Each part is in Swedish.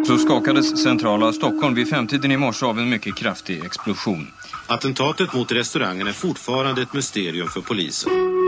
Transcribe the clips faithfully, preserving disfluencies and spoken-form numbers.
Så skakades centrala Stockholm vid femtiden i morse av en mycket kraftig explosion. Attentatet mot restaurangen är fortfarande ett mysterium för polisen.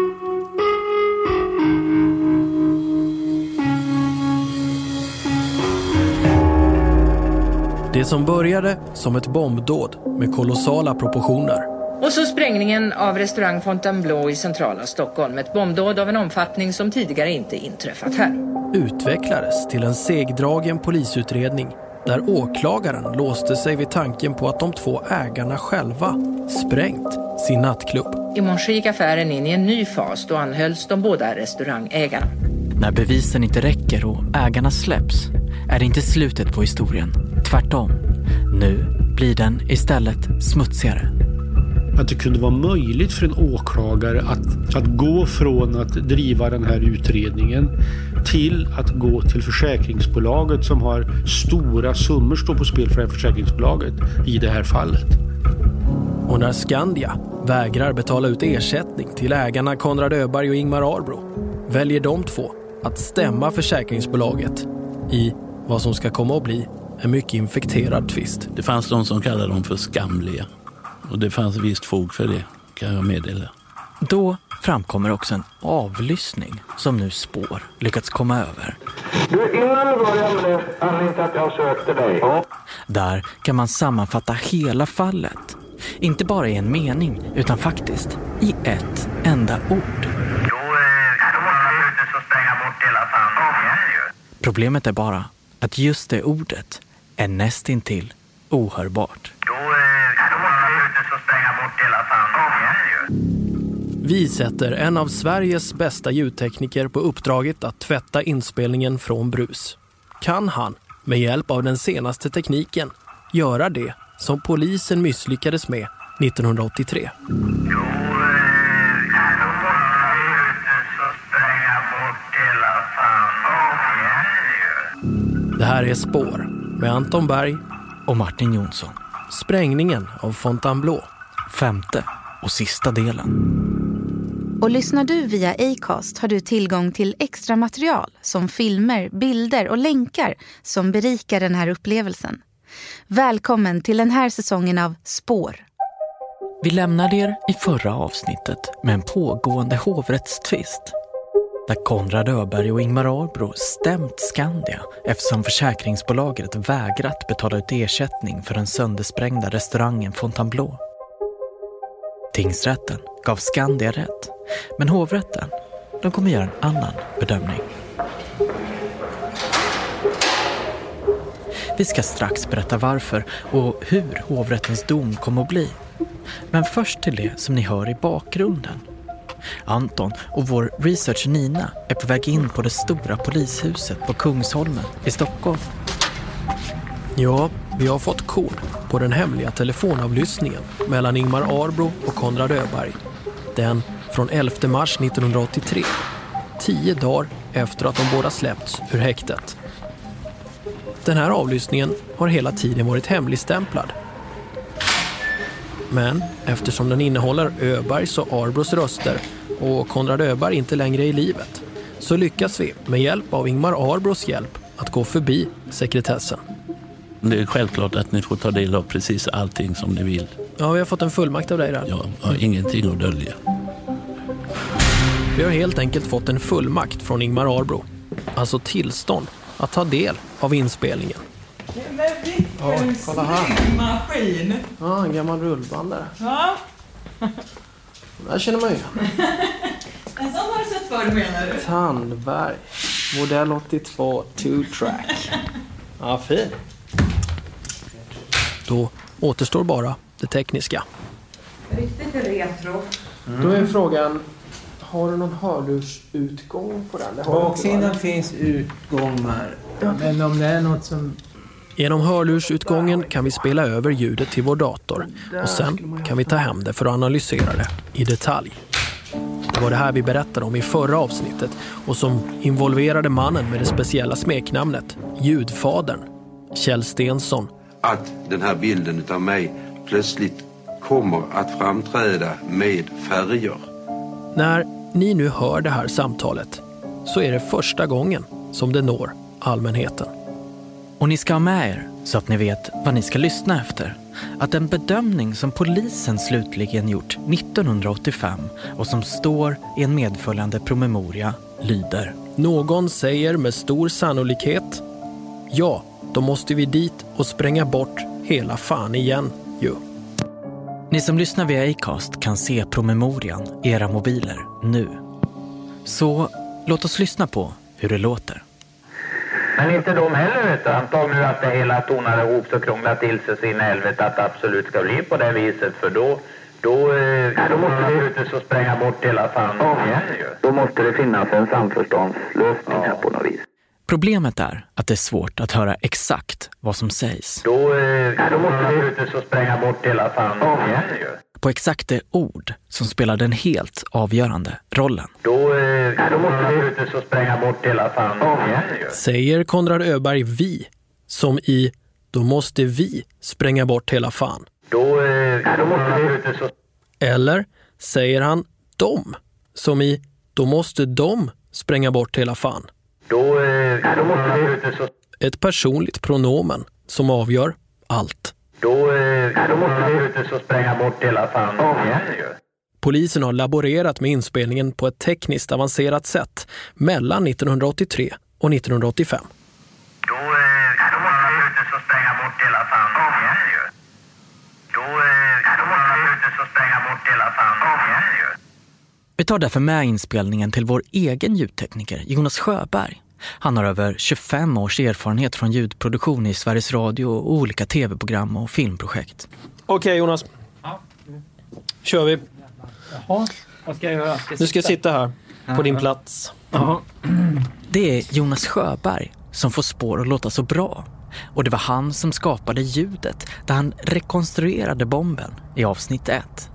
Det som började som ett bombdåd med kolossala proportioner. Och så sprängningen av restaurang Fontainebleau i centrala Stockholm. Ett bombdåd av en omfattning som tidigare inte inträffat här. Utvecklades till en segdragen polisutredning där åklagaren låste sig vid tanken på att de två ägarna själva sprängt sin nattklubb. I morse gick affären in i en ny fas, då anhölls de båda restaurangägarna. När bevisen inte räcker och ägarna släpps är det inte slutet på historien. Tvärtom. Nu blir den istället smutsigare. Att det kunde vara möjligt för en åklagare att, att gå från att driva den här utredningen till att gå till försäkringsbolaget som har stora summor stå på spel för det här försäkringsbolaget i det här fallet. Och när Skandia vägrar betala ut ersättning till ägarna Konrad Öberg och Ingmar Arbro väljer de två att stämma försäkringsbolaget i vad som ska komma att bli en mycket infekterad tvist. Det fanns de som kallade dem för skamliga. Och det fanns visst fog för det, kan jag meddela. Då framkommer också en avlyssning som nu Spår lyckats komma över. Du, innan du börjar med det, anledningen till att jag sökte dig. Ja. Där kan man sammanfatta hela fallet. Inte bara i en mening, utan faktiskt i ett enda ord. Då, då måste du inte så spränga bort hela familjen. Problemet är bara att just det ordet är nästintill ohörbart. Då, då måste du inte så spränga bort hela familjen. Vi sätter en av Sveriges bästa ljudtekniker på uppdraget att tvätta inspelningen från brus. Kan han, med hjälp av den senaste tekniken, göra det som polisen misslyckades med nittonhundraåttiotre? Jo, då måste du inte så spränga bort hela familjen. Det här är Spår med Anton Berg och Martin Jonsson. Sprängningen av Fontainebleau. Femte och sista delen. Och lyssnar du via Acast har du tillgång till extra material som filmer, bilder och länkar som berikar den här upplevelsen. Välkommen till den här säsongen av Spår. Vi lämnade er i förra avsnittet med en pågående hovrättstvist. Där Konrad Öberg och Ingmar Arbro stämt Skandia eftersom försäkringsbolaget vägrat betala ut ersättning för den söndersprängda restaurangen Fontainebleau. Tingsrätten gav Skandia rätt, men hovrätten, de kommer göra en annan bedömning. Vi ska strax berätta varför och hur hovrättens dom kommer att bli. Men först till det som ni hör i bakgrunden. Anton och vår researcher Nina är på väg in på det stora polishuset på Kungsholmen i Stockholm. Ja, vi har fått kod på den hemliga telefonavlyssningen mellan Ingmar Arbro och Konrad Öberg. Den från elfte mars nittonhundraåttiotre, tio dagar efter att de båda släppts ur häktet. Den här avlyssningen har hela tiden varit hemligstämplad. Men eftersom den innehåller Öbergs och Arbros röster och Konrad Öberg inte längre är i livet, så lyckas vi med hjälp av Ingmar Arbros hjälp att gå förbi sekretessen. Det är självklart att ni får ta del av precis allting som ni vill. Ja, vi har fått en fullmakt av dig där. Ja, jag har ingenting att dölja. Vi har helt enkelt fått en fullmakt från Ingmar Arbro. Alltså tillstånd att ta del av inspelningen. Men vilken ja, kolla här. Maskin. Ja, en gammal rullbandare. Ja. Där känner man ju. En sån har du sett förr, menar du? Tandberg. Modell åttiotvå, two-track. Ja, fin. Då återstår bara det tekniska. Riktigt retro. Mm. Då är frågan, har du någon hörlursutgång på den? Baksidan finns utgångar. Ja. Men om det är något som... Genom hörlursutgången kan vi spela över ljudet till vår dator. Och sen kan vi ta hem det för att analysera det i detalj. Det var det här vi berättade om i förra avsnittet och som involverade mannen med det speciella smeknamnet, ljudfadern, Kjell Stensson. Att den här bilden av mig plötsligt kommer att framträda med färger. När ni nu hör det här samtalet så är det första gången som det når allmänheten. Och ni ska ha med er, så att ni vet vad ni ska lyssna efter, att den bedömning som polisen slutligen gjort nittonhundraåttiofem och som står i en medföljande promemoria lyder: Någon säger med stor sannolikhet: ja, då måste vi dit och spränga bort hela fan igen, ju. Ni som lyssnar via Acast kan se promemorian i era mobiler nu. Så låt oss lyssna på hur det låter. Men inte de heller, vet du. Antag nu att det hela tonar ihop så krånglar till sig sin helvete att det absolut ska bli på det viset. För då, då, eh, då måste vi ute så spränga bort hela fan ja. igen ju. Då måste det finnas en samförståndslösning här på något vis. Problemet är att det är svårt att höra exakt vad som sägs. Då, eh, då måste vi ute så spränga bort hela fan ja. igen ju. På exakt det ord som spelar den helt avgörande rollen. Då, eh, då måste vi ute så spränga bort hela fan ja. igen ju. Säger Konrad Öberg vi, som i då måste vi spränga bort hela fan. Då, eh, då måste vi ute så... Eller säger han dom, som i då måste de spränga bort hela fan. Då, eh, då måste vi ute så... Ett personligt pronomen som avgör allt. Då, eh, då måste vi ute så spränga bort hela fan ja. igen ju. Polisen har laborerat med inspelningen på ett tekniskt avancerat sätt mellan nittonhundraåttiotre och nittonhundraåttiofem. Då, eh, då måste vi ute så spränga bort hela fan ja. igen ju. Då, eh, då måste vi ute så spränga bort hela fan ja. igen ju. Vi tar därför med inspelningen till vår egen ljudtekniker Jonas Sjöberg. Han har över tjugofem års erfarenhet från ljudproduktion i Sveriges Radio och olika tv-program och filmprojekt. Okej okay, Jonas, ja. kör vi. Jaha, vad ska jag göra? Ska jag du ska sitta? sitta här på din plats. Jaha. Det är Jonas Sjöberg som får spår att låta så bra. Och det var han som skapade ljudet där han rekonstruerade bomben i avsnitt ett.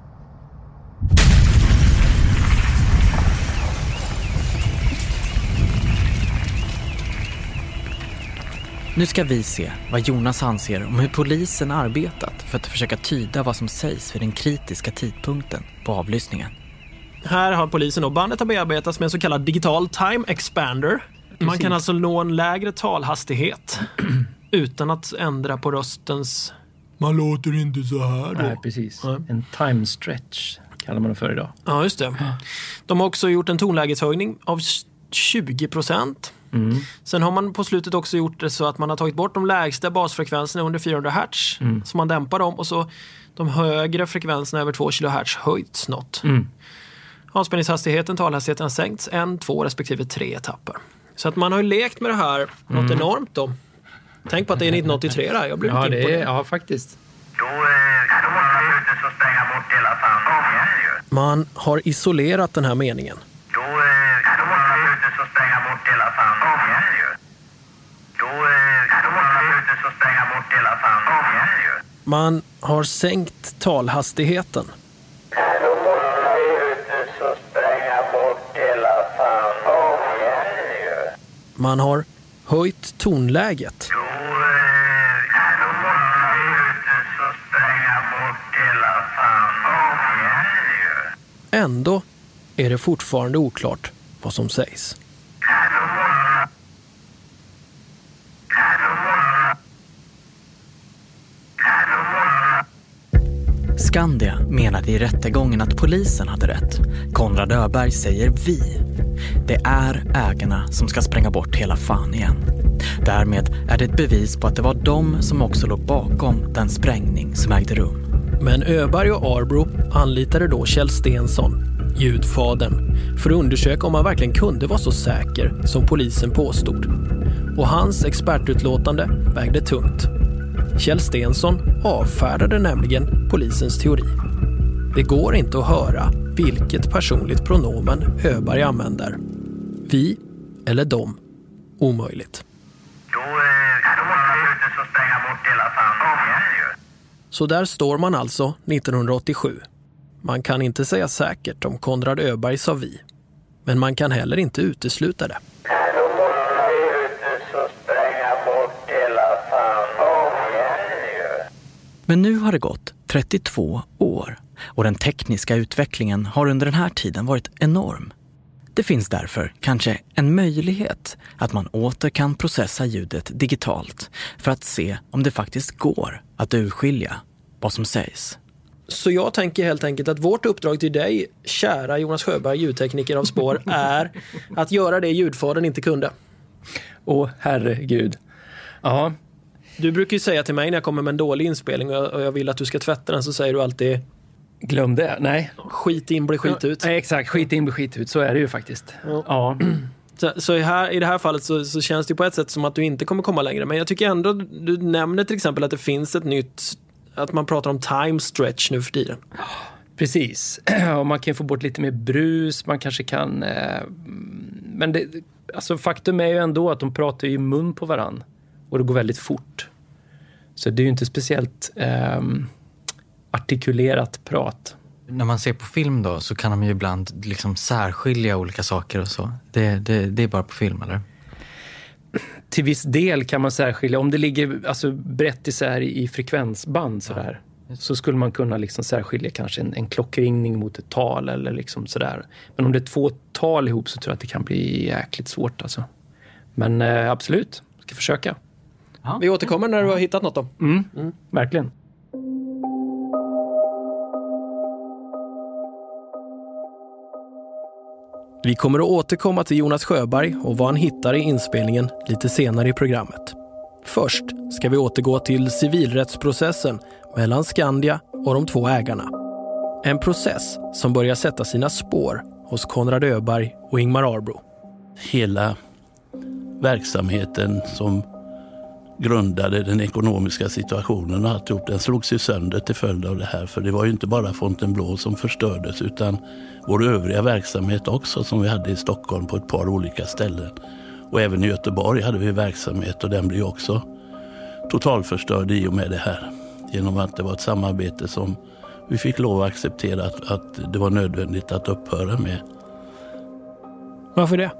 Nu ska vi se vad Jonas anser om hur polisen arbetat för att försöka tyda vad som sägs vid den kritiska tidpunkten på avlyssningen. Här har polisen och bandet har bearbetats med en så kallad digital time expander. Precis. Man kan alltså nå en lägre talhastighet utan att ändra på röstens... Man låter inte så här då. Nej, precis. Ja. En time stretch kallar man det för idag. Ja, just det. De har också gjort en tonlägeshöjning av tjugo procent. Mm. Sen har man på slutet också gjort det så att man har tagit bort de lägsta basfrekvenserna under fyrahundra hertz. Mm. Så man dämpar dem och så de högre frekvenserna över två kilohertz höjts något. Mm. Avspänningshastigheten, talhastigheten har sänkts en, två respektive tre etapper. Så att man har ju lekt med det här något Mm. enormt då. Tänk på att det är nittonhundraåttiotre där. Jag blir ja, lite det är, imponerad. ja, faktiskt. Då, eh, då måste vi ute så spränga bort hela fan ja. igen ju. Man har isolerat den här meningen. Då, eh, då måste vi ute så spränga bort hela fan ja. igen ju. Då, eh, då måste vi ute så spränga bort hela fan ja. igen ju. Man har sänkt talhastigheten. Då måste vi ute så spränga bort hela fan ja. igen ju. Man har höjt tonläget. Då, eh, då måste vi ute så spränga bort hela fan ja. igen ju. Ändå är det fortfarande oklart vad som sägs. Skandia menade i rättegången att polisen hade rätt. Konrad Öberg säger vi. Det är ägarna som ska spränga bort hela fan igen. Därmed är det ett bevis på att det var de som också låg bakom den sprängning som ägde rum. Men Öberg och Arbro anlitade då Kjell Stensson, ljudfadern, för att undersöka om han verkligen kunde vara så säker som polisen påstod. Och hans expertutlåtande vägde tungt. Kjell Stensson avfärdade nämligen polisens teori. Det går inte att höra vilket personligt pronomen Öberg använder. Vi eller de. Omöjligt. Då, eh, då måste vi ute så spränga bort hela fan ja. igen ju. Så där står man alltså nittonhundraåttiosju. Man kan inte säga säkert om Konrad Öberg sa vi. Men man kan heller inte utesluta det. Då måste vi ute så spränga bort hela fan ja. igen ju. Men nu har det gått trettiotvå år och den tekniska utvecklingen har under den här tiden varit enorm. Det finns därför kanske en möjlighet att man åter kan processa ljudet digitalt för att se om det faktiskt går att urskilja vad som sägs. Så jag tänker helt enkelt att vårt uppdrag till dig, kära Jonas Sjöberg, ljudtekniker av spår, är att göra det ljudfadern inte kunde. Åh, herregud. Ja. Du brukar ju säga till mig när jag kommer med en dålig inspelning och jag vill att du ska tvätta den, så säger du alltid: glöm det, nej. Skit in, bli skit ut. Ja, exakt, skit in, bli skit ut. Så är det ju faktiskt. Ja. ja. Så, så i, här, i det här fallet så, så känns det på ett sätt som att du inte kommer komma längre. Men jag tycker ändå, du nämner till exempel att det finns ett nytt, att man pratar om time stretch nu för tiden. Precis. Och man kan få bort lite mer brus, man kanske kan... Eh, men det, alltså faktum är ju ändå att de pratar i mun på varann. Och det går väldigt fort. Så det är ju inte speciellt eh, artikulerat prat. När man ser på film då så kan de ju ibland liksom särskilja olika saker och så. Det, det, det är bara på film, eller? Till viss del kan man särskilja. Om det ligger alltså, brett isär i, i frekvensband sådär, ja. Så skulle man kunna liksom särskilja kanske en, en klockringning mot ett tal eller liksom sådär. Men om det är två tal ihop så tror jag att det kan bli jäkligt svårt alltså. Men eh, absolut, ska försöka. Ja. Vi återkommer när du har hittat något då. Mm, mm. Verkligen. Vi kommer att återkomma till Jonas Sjöberg och vad han hittar i inspelningen lite senare i programmet. Först ska vi återgå till civilrättsprocessen mellan Skandia och de två ägarna. En process som börjar sätta sina spår hos Konrad Öberg och Ingmar Arbro. Hela verksamheten som grundade den ekonomiska situationen och alltihop, den slogs ju sönder till följd av det här. För det var ju inte bara Fontainebleau som förstördes utan vår övriga verksamhet också som vi hade i Stockholm på ett par olika ställen. Och även i Göteborg hade vi verksamhet och den blev också totalförstörd i och med det här. Genom att det var ett samarbete som vi fick lov att acceptera att, att det var nödvändigt att upphöra med. Varför det?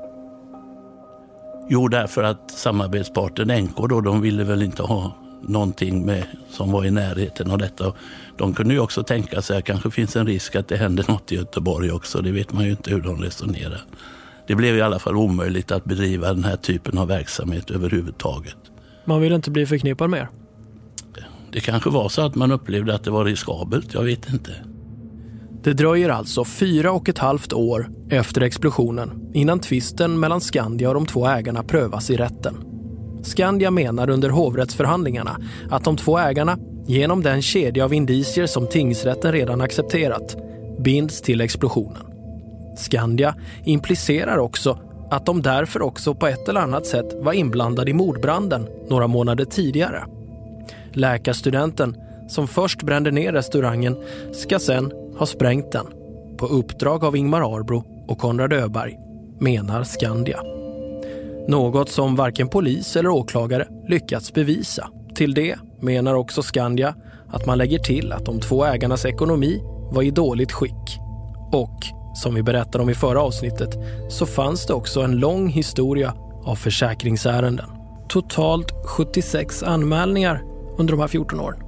Jo, därför att samarbetsparten N K då, de ville väl inte ha någonting med som var i närheten av detta. De kunde ju också tänka sig att det kanske finns en risk att det händer något i Göteborg också. Det vet man ju inte hur de resonerar. Det blev i alla fall omöjligt att bedriva den här typen av verksamhet överhuvudtaget. Man vill inte bli förknippad med. Det kanske var så att man upplevde att det var riskabelt, jag vet inte. Det dröjer alltså fyra och ett halvt år efter explosionen innan tvisten mellan Skandia och de två ägarna prövas i rätten. Skandia menar under hovrättsförhandlingarna att de två ägarna, genom den kedja av indicier som tingsrätten redan accepterat, binds till explosionen. Skandia implicerar också att de därför också på ett eller annat sätt var inblandade i mordbranden några månader tidigare. Läkarstudenten som först brände ner restaurangen ska sen ha sprängt den på uppdrag av Ingmar Arbro och Konrad Öberg, menar Skandia. Något som varken polis eller åklagare lyckats bevisa. Till det menar också Skandia att man lägger till att de två ägarnas ekonomi var i dåligt skick. Och som vi berättade om i förra avsnittet så fanns det också en lång historia av försäkringsärenden. Totalt sjuttiosex anmälningar under de här fjorton åren.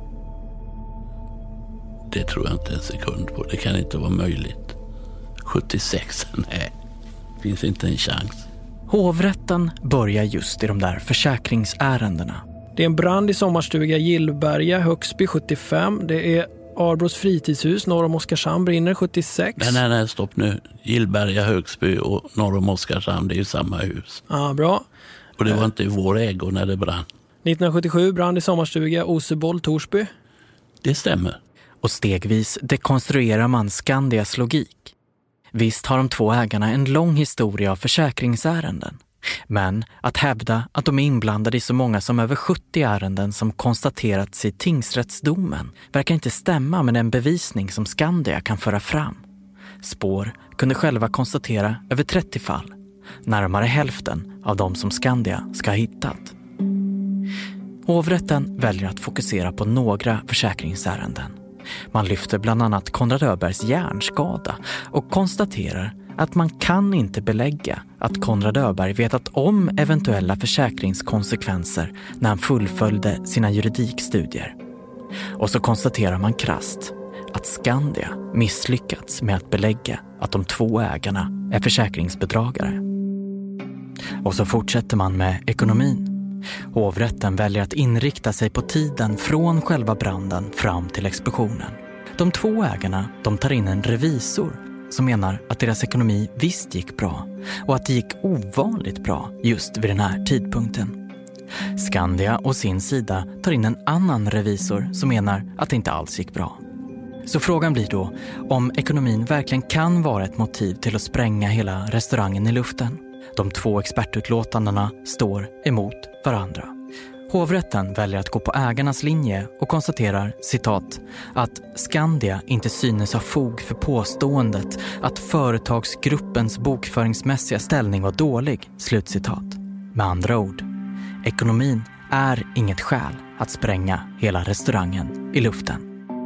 Det tror jag inte en sekund på. Det kan inte vara möjligt. sjuttiosex, nej. Finns inte en chans. Hovrätten börjar just i de där försäkringsärendena. Det är en brand i sommarstuga Gillberga, Högsby sjuttiofem. Det är Arbros fritidshus norr om Oskarshamn brinner sjuttiosex. Nej, nej, nej, stopp nu. Gillberga, Högsby och norr om Oskarshamn, det är ju samma hus. Ja, bra. Och det var inte i vår ägo när det brann. nittonhundrasjuttiosju brand i sommarstuga Oseboll, Torsby. Det stämmer. Och stegvis dekonstruerar man Skandias logik. Visst har de två ägarna en lång historia av försäkringsärenden. Men att hävda att de är inblandade i så många som över sjuttio ärenden som konstaterats i tingsrättsdomen verkar inte stämma med den bevisning som Skandia kan föra fram. Spår kunde själva konstatera över trettio fall, närmare hälften av de som Skandia ska ha hittat. Hovrätten väljer att fokusera på några försäkringsärenden. Man lyfter bland annat Konrad Öbergs hjärnskada och konstaterar att man kan inte belägga att Konrad Öberg vetat om eventuella försäkringskonsekvenser när han fullföljde sina juridikstudier. Och så konstaterar man krasst att Skandia misslyckats med att belägga att de två ägarna är försäkringsbedragare. Och så fortsätter man med ekonomin. Hovrätten väljer att inrikta sig på tiden från själva branden fram till explosionen. De två ägarna, de tar in en revisor som menar att deras ekonomi visst gick bra och att det gick ovanligt bra just vid den här tidpunkten. Skandia å sin sida tar in en annan revisor som menar att det inte alls gick bra. Så frågan blir då om ekonomin verkligen kan vara ett motiv till att spränga hela restaurangen i luften. De två expertutlåtandena står emot varandra. Hovrätten väljer att gå på ägarnas linje och konstaterar, citat, att Skandia inte synes ha fog för påståendet att företagsgruppens bokföringsmässiga ställning var dålig, slutcitat. Med andra ord, ekonomin är inget skäl att spränga hela restaurangen i luften.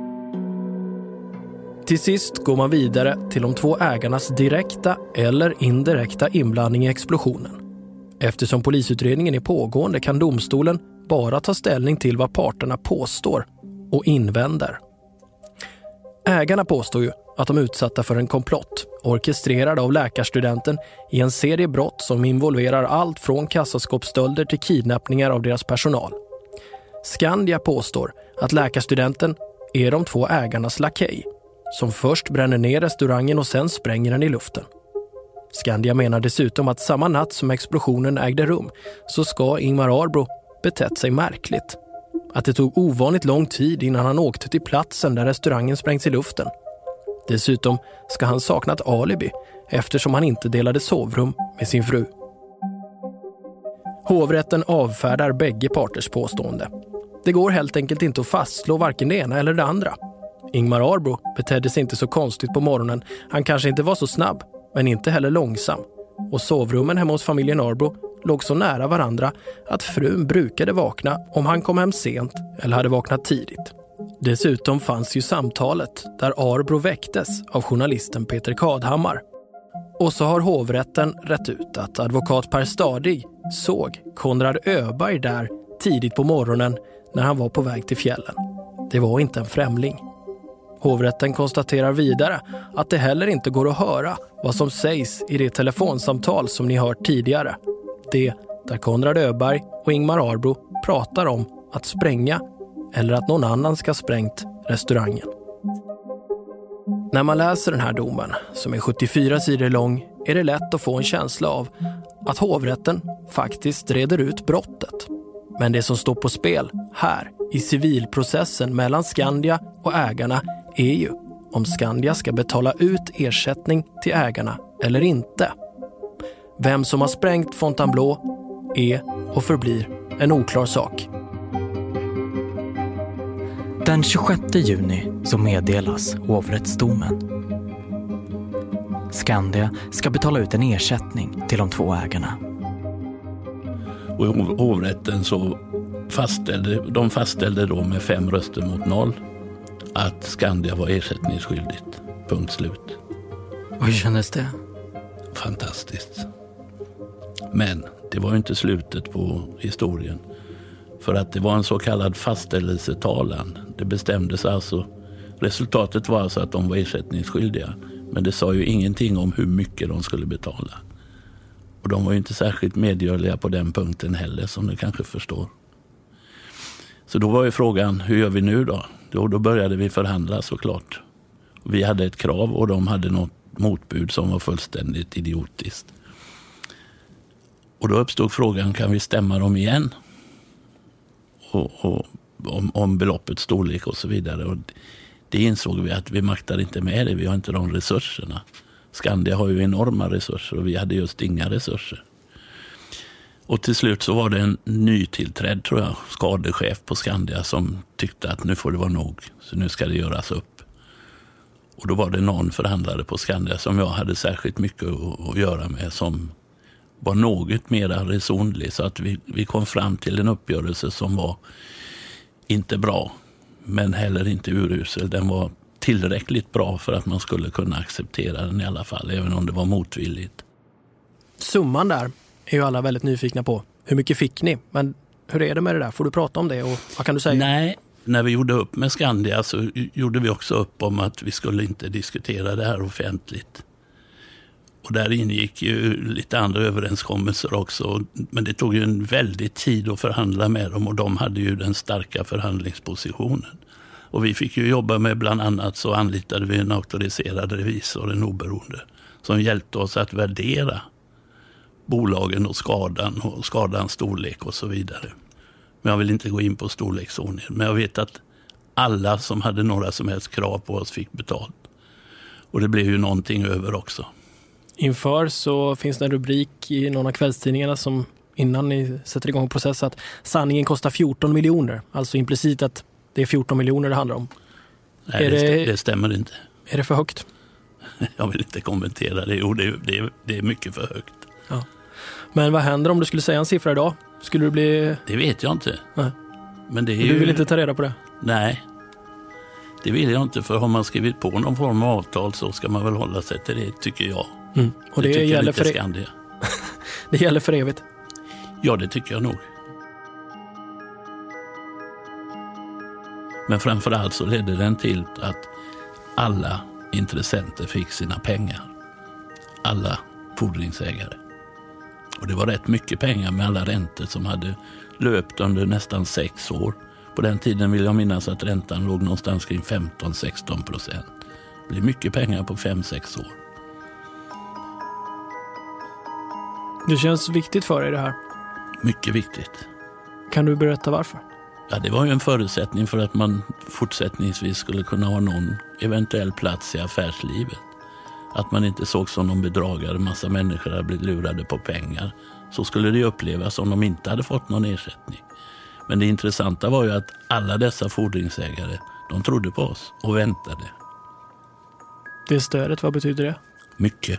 Till sist går man vidare till de två ägarnas direkta eller indirekta inblandning i explosionen. Eftersom polisutredningen är pågående kan domstolen bara ta ställning till vad parterna påstår och invänder. Ägarna påstår ju att de är utsatta för en komplott orkestrerad av läkarstudenten i en serie brott som involverar allt från kassaskåpsstölder till kidnappningar av deras personal. Skandia påstår att läkarstudenten är de två ägarnas lakej som först bränner ner restaurangen och sen spränger den i luften. Skandia menar dessutom att samma natt som explosionen ägde rum så ska Ingmar Arbro betett sig märkligt. Att det tog ovanligt lång tid innan han åkte till platsen där restaurangen sprängs i luften. Dessutom ska han saknat alibi eftersom han inte delade sovrum med sin fru. Hovrätten avfärdar bägge parters påstående. Det går helt enkelt inte att fastslå varken det ena eller det andra. Ingmar Arbro betedde sig inte så konstigt på morgonen. Han kanske inte var så snabb, men inte heller långsam. Och sovrummen hemma hos familjen Arbro låg så nära varandra att frun brukade vakna om han kom hem sent eller hade vaknat tidigt. Dessutom fanns ju samtalet där Arbro väcktes av journalisten Peter Kadhammar. Och så har hovrätten rätt ut att advokat Per Stadig såg Konrad Öberg där tidigt på morgonen när han var på väg till fjällen. Det var inte en främling. Hovrätten konstaterar vidare att det heller inte går att höra vad som sägs i det telefonsamtal som ni hört tidigare. Det där Konrad Öberg och Ingmar Arbro pratar om att spränga eller att någon annan ska sprängt restaurangen. När man läser den här domen, som är sjuttiofyra sidor lång, är det lätt att få en känsla av att hovrätten faktiskt reder ut brottet. Men det som står på spel här i civilprocessen mellan Skandia och ägarna är ju om Skandia ska betala ut ersättning till ägarna eller inte. Vem som har sprängt Fontainebleau är och förblir en oklar sak. Den tjugosjätte juni så meddelas hovrättsdomen. Skandia ska betala ut en ersättning till de två ägarna. Och i hovrätten så fastställde, de fastställde då med fem röster mot noll att Skandia var ersättningsskyldigt. Punkt slut. Och hur kändes det? Fantastiskt. Men det var ju inte slutet på historien. För att det var en så kallad fastställelsetalan. Det bestämdes alltså, resultatet var alltså att de var ersättningsskyldiga. Men det sa ju ingenting om hur mycket de skulle betala. Och de var ju inte särskilt medgörliga på den punkten heller, som du kanske förstår. Så då var ju frågan, hur gör vi nu då? Då, då började vi förhandla såklart. Vi hade ett krav och de hade något motbud som var fullständigt idiotiskt. Och då uppstod frågan, kan vi stämma dem igen? Och, och om, om beloppets storlek och så vidare. Och det insåg vi att vi maktade inte med det, vi har inte de resurserna. Skandia har ju enorma resurser och vi hade just inga resurser. Och till slut så var det en nytillträdd, tror jag, skadechef på Skandia som tyckte att nu får det vara nog, så nu ska det göras upp. Och då var det någon förhandlare på Skandia som jag hade särskilt mycket att, att göra med, som var något mer resonlig, så att vi, vi kom fram till en uppgörelse som var inte bra, men heller inte urusel. Den var tillräckligt bra för att man skulle kunna acceptera den i alla fall, även om det var motvilligt. Summan där är ju alla väldigt nyfikna på. Hur mycket fick ni? Men hur är det med det där? Får du prata om det och vad kan du säga? Nej, när vi gjorde upp med Skandia så gjorde vi också upp om att vi skulle inte diskutera det här offentligt. Och där ingick ju lite andra överenskommelser också. Men det tog ju en väldigt tid att förhandla med dem och de hade ju den starka förhandlingspositionen. Och vi fick ju jobba med bland annat så anlitade vi en auktoriserad revisor, en oberoende, som hjälpte oss att värdera bolagen och skadan och skadans storlek och så vidare. Men jag vill inte gå in på storleksordningen. Men jag vet att alla som hade några som helst krav på oss fick betalt. Och det blev ju någonting över också. Inför så finns det en rubrik i någon av kvällstidningarna som innan ni sätter igång processen att sanningen kostar fjorton miljoner. Alltså implicit att det är fjorton miljoner det handlar om. Nej, är det, det, det stämmer inte. Är det för högt? Jag vill inte kommentera det. Jo, det, det, det är mycket för högt. Ja. Men vad händer om du skulle säga en siffra idag? Skulle du bli... Det vet jag inte. Nej. Men det är du ju... vill inte ta reda på det? Nej. Det vill jag inte, för har man skrivit på någon form av avtal så ska man väl hålla sig till det, tycker jag. Mm. Och det, det gäller för Skandia. Det gäller för evigt? Ja, det tycker jag nog. Men framförallt så ledde den till att alla intressenter fick sina pengar. Alla fordringsägare. Och det var rätt mycket pengar med alla räntor som hade löpt under nästan sex år. På den tiden vill jag minnas att räntan låg någonstans kring femton till sexton procent. Det blir mycket pengar på fem sex år. Det känns viktigt för dig det här? Mycket viktigt. Kan du berätta varför? Ja, det var ju en förutsättning för att man fortsättningsvis skulle kunna ha någon eventuell plats i affärslivet. Att man inte såg som någon bedragare, massa människor hade blivit lurade på pengar. Så skulle det upplevas om de inte hade fått någon ersättning. Men det intressanta var ju att alla dessa fordringsägare, de trodde på oss och väntade. Det stödet, vad betyder det? Mycket.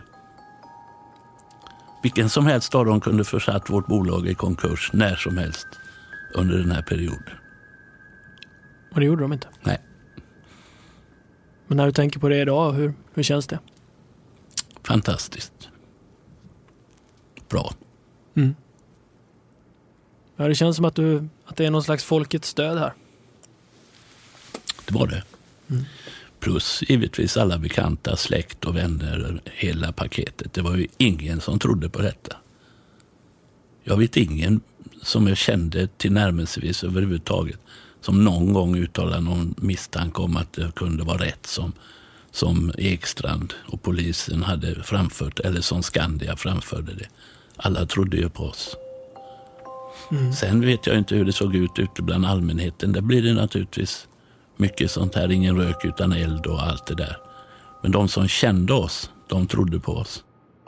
Vilken som helst av dem kunde försatt vårt bolag i konkurs när som helst under den här perioden. Och det gjorde de inte? Nej. Men när du tänker på det idag, hur, hur känns det? Fantastiskt. Bra. Mm. Ja, det känns som att, du, att det är någon slags folkets stöd här. Det var det. Mm. Plus givetvis alla bekanta, släkt och vänner, hela paketet. Det var ju ingen som trodde på detta. Jag vet ingen som jag kände till närmelsevis överhuvudtaget som någon gång uttalade någon misstanke om att det kunde vara rätt som, som Ekstrand och polisen hade framfört, eller som Skandia framförde det. Alla trodde ju på oss. Mm. Sen vet jag inte hur det såg ut ute bland allmänheten. Där blir det naturligtvis mycket sånt här, ingen rök utan eld och allt det där. Men de som kände oss, de trodde på oss.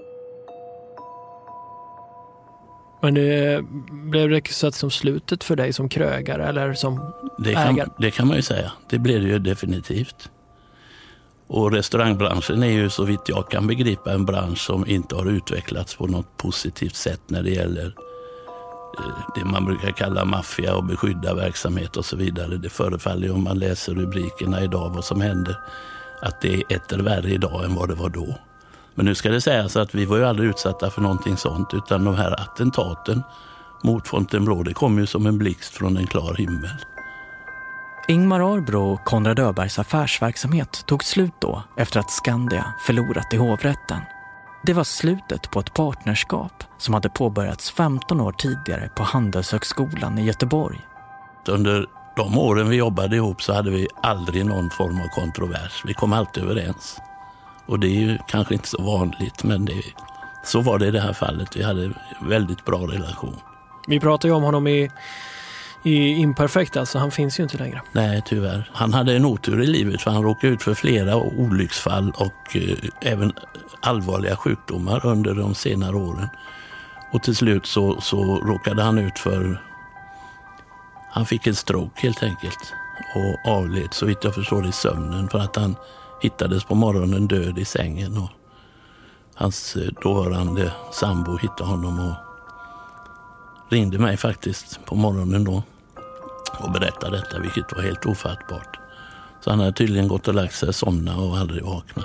Men det blev det så att som slutet för dig som krögare eller som det ägare? Kan, det kan man ju säga. Det blev det ju definitivt. Och restaurangbranschen är ju så vitt jag kan begripa en bransch som inte har utvecklats på något positivt sätt när det gäller det man brukar kalla maffia och beskydda verksamhet och så vidare. Det förefaller ju om man läser rubrikerna idag vad som händer att det är etter värre idag än vad det var då. Men nu ska det sägas att vi var ju aldrig utsatta för någonting sånt, utan de här attentaten mot Fontainebleau, det kom ju som en blixt från en klar himmel. Ingmar Arbro och Konrad Öbergs affärsverksamhet tog slut då efter att Skandia förlorat i hovrätten. Det var slutet på ett partnerskap som hade påbörjats femton år tidigare på Handelshögskolan i Göteborg. Under de åren vi jobbade ihop så hade vi aldrig någon form av kontrovers. Vi kom alltid överens. Och det är ju kanske inte så vanligt, men det, så var det i det här fallet. Vi hade en väldigt bra relation. Vi pratar ju om honom i, i imperfekt, alltså han finns ju inte längre. Nej, tyvärr. Han hade en otur i livet för han råkade ut för flera olycksfall och eh, även allvarliga sjukdomar under de senare åren. Och till slut så, så råkade han ut för... Han fick en stroke helt enkelt och avled så vitt jag förstår i sömnen för att han hittades på morgonen död i sängen och hans dåvarande sambo hittade honom och ringde mig faktiskt på morgonen då och berättade detta, vilket var helt ofattbart. Så han hade tydligen gått och lagt sig, somna och aldrig vakna.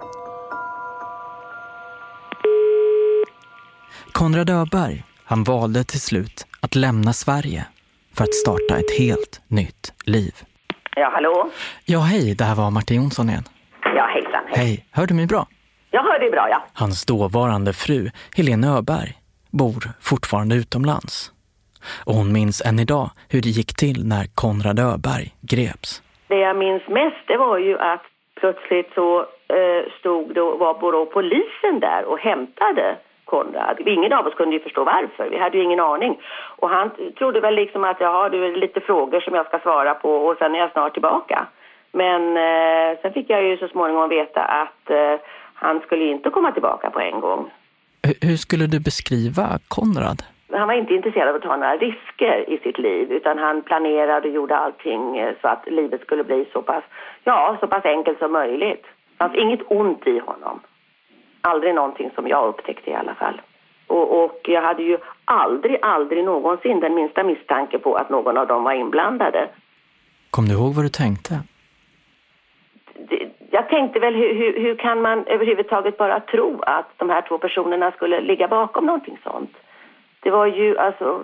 Konrad Öberg, han valde till slut att lämna Sverige för att starta ett helt nytt liv. Ja, hallå? Ja, hej, det här var Martin Jonsson igen. Ja, hejsan. Hej, hör du mig bra? Jag hör det bra, ja. Hans dåvarande fru, Helene Öberg, bor fortfarande utomlands. Och hon minns än idag hur det gick till när Konrad Öberg greps. Det jag minns mest, det var ju att plötsligt så eh, stod då, var bara polisen där och hämtade Konrad. Ingen av oss kunde ju förstå varför. Vi hade ju ingen aning. Och han trodde väl liksom att jag har du lite frågor som jag ska svara på och sen är jag snart tillbaka. Men eh, sen fick jag ju så småningom veta att eh, han skulle inte komma tillbaka på en gång. H- hur skulle du beskriva Konrad? Han var inte intresserad av att ta några risker i sitt liv, utan han planerade och gjorde allting så att livet skulle bli så pass, ja, så pass enkelt som möjligt. Det fanns inget ont i honom. Aldrig någonting som jag upptäckte i alla fall. Och, och jag hade ju aldrig, aldrig någonsin den minsta misstanke på att någon av dem var inblandade. Kom du ihåg vad du tänkte? Jag tänkte väl hur, hur, hur kan man överhuvudtaget bara tro att de här två personerna skulle ligga bakom någonting sånt? Det var ju alltså,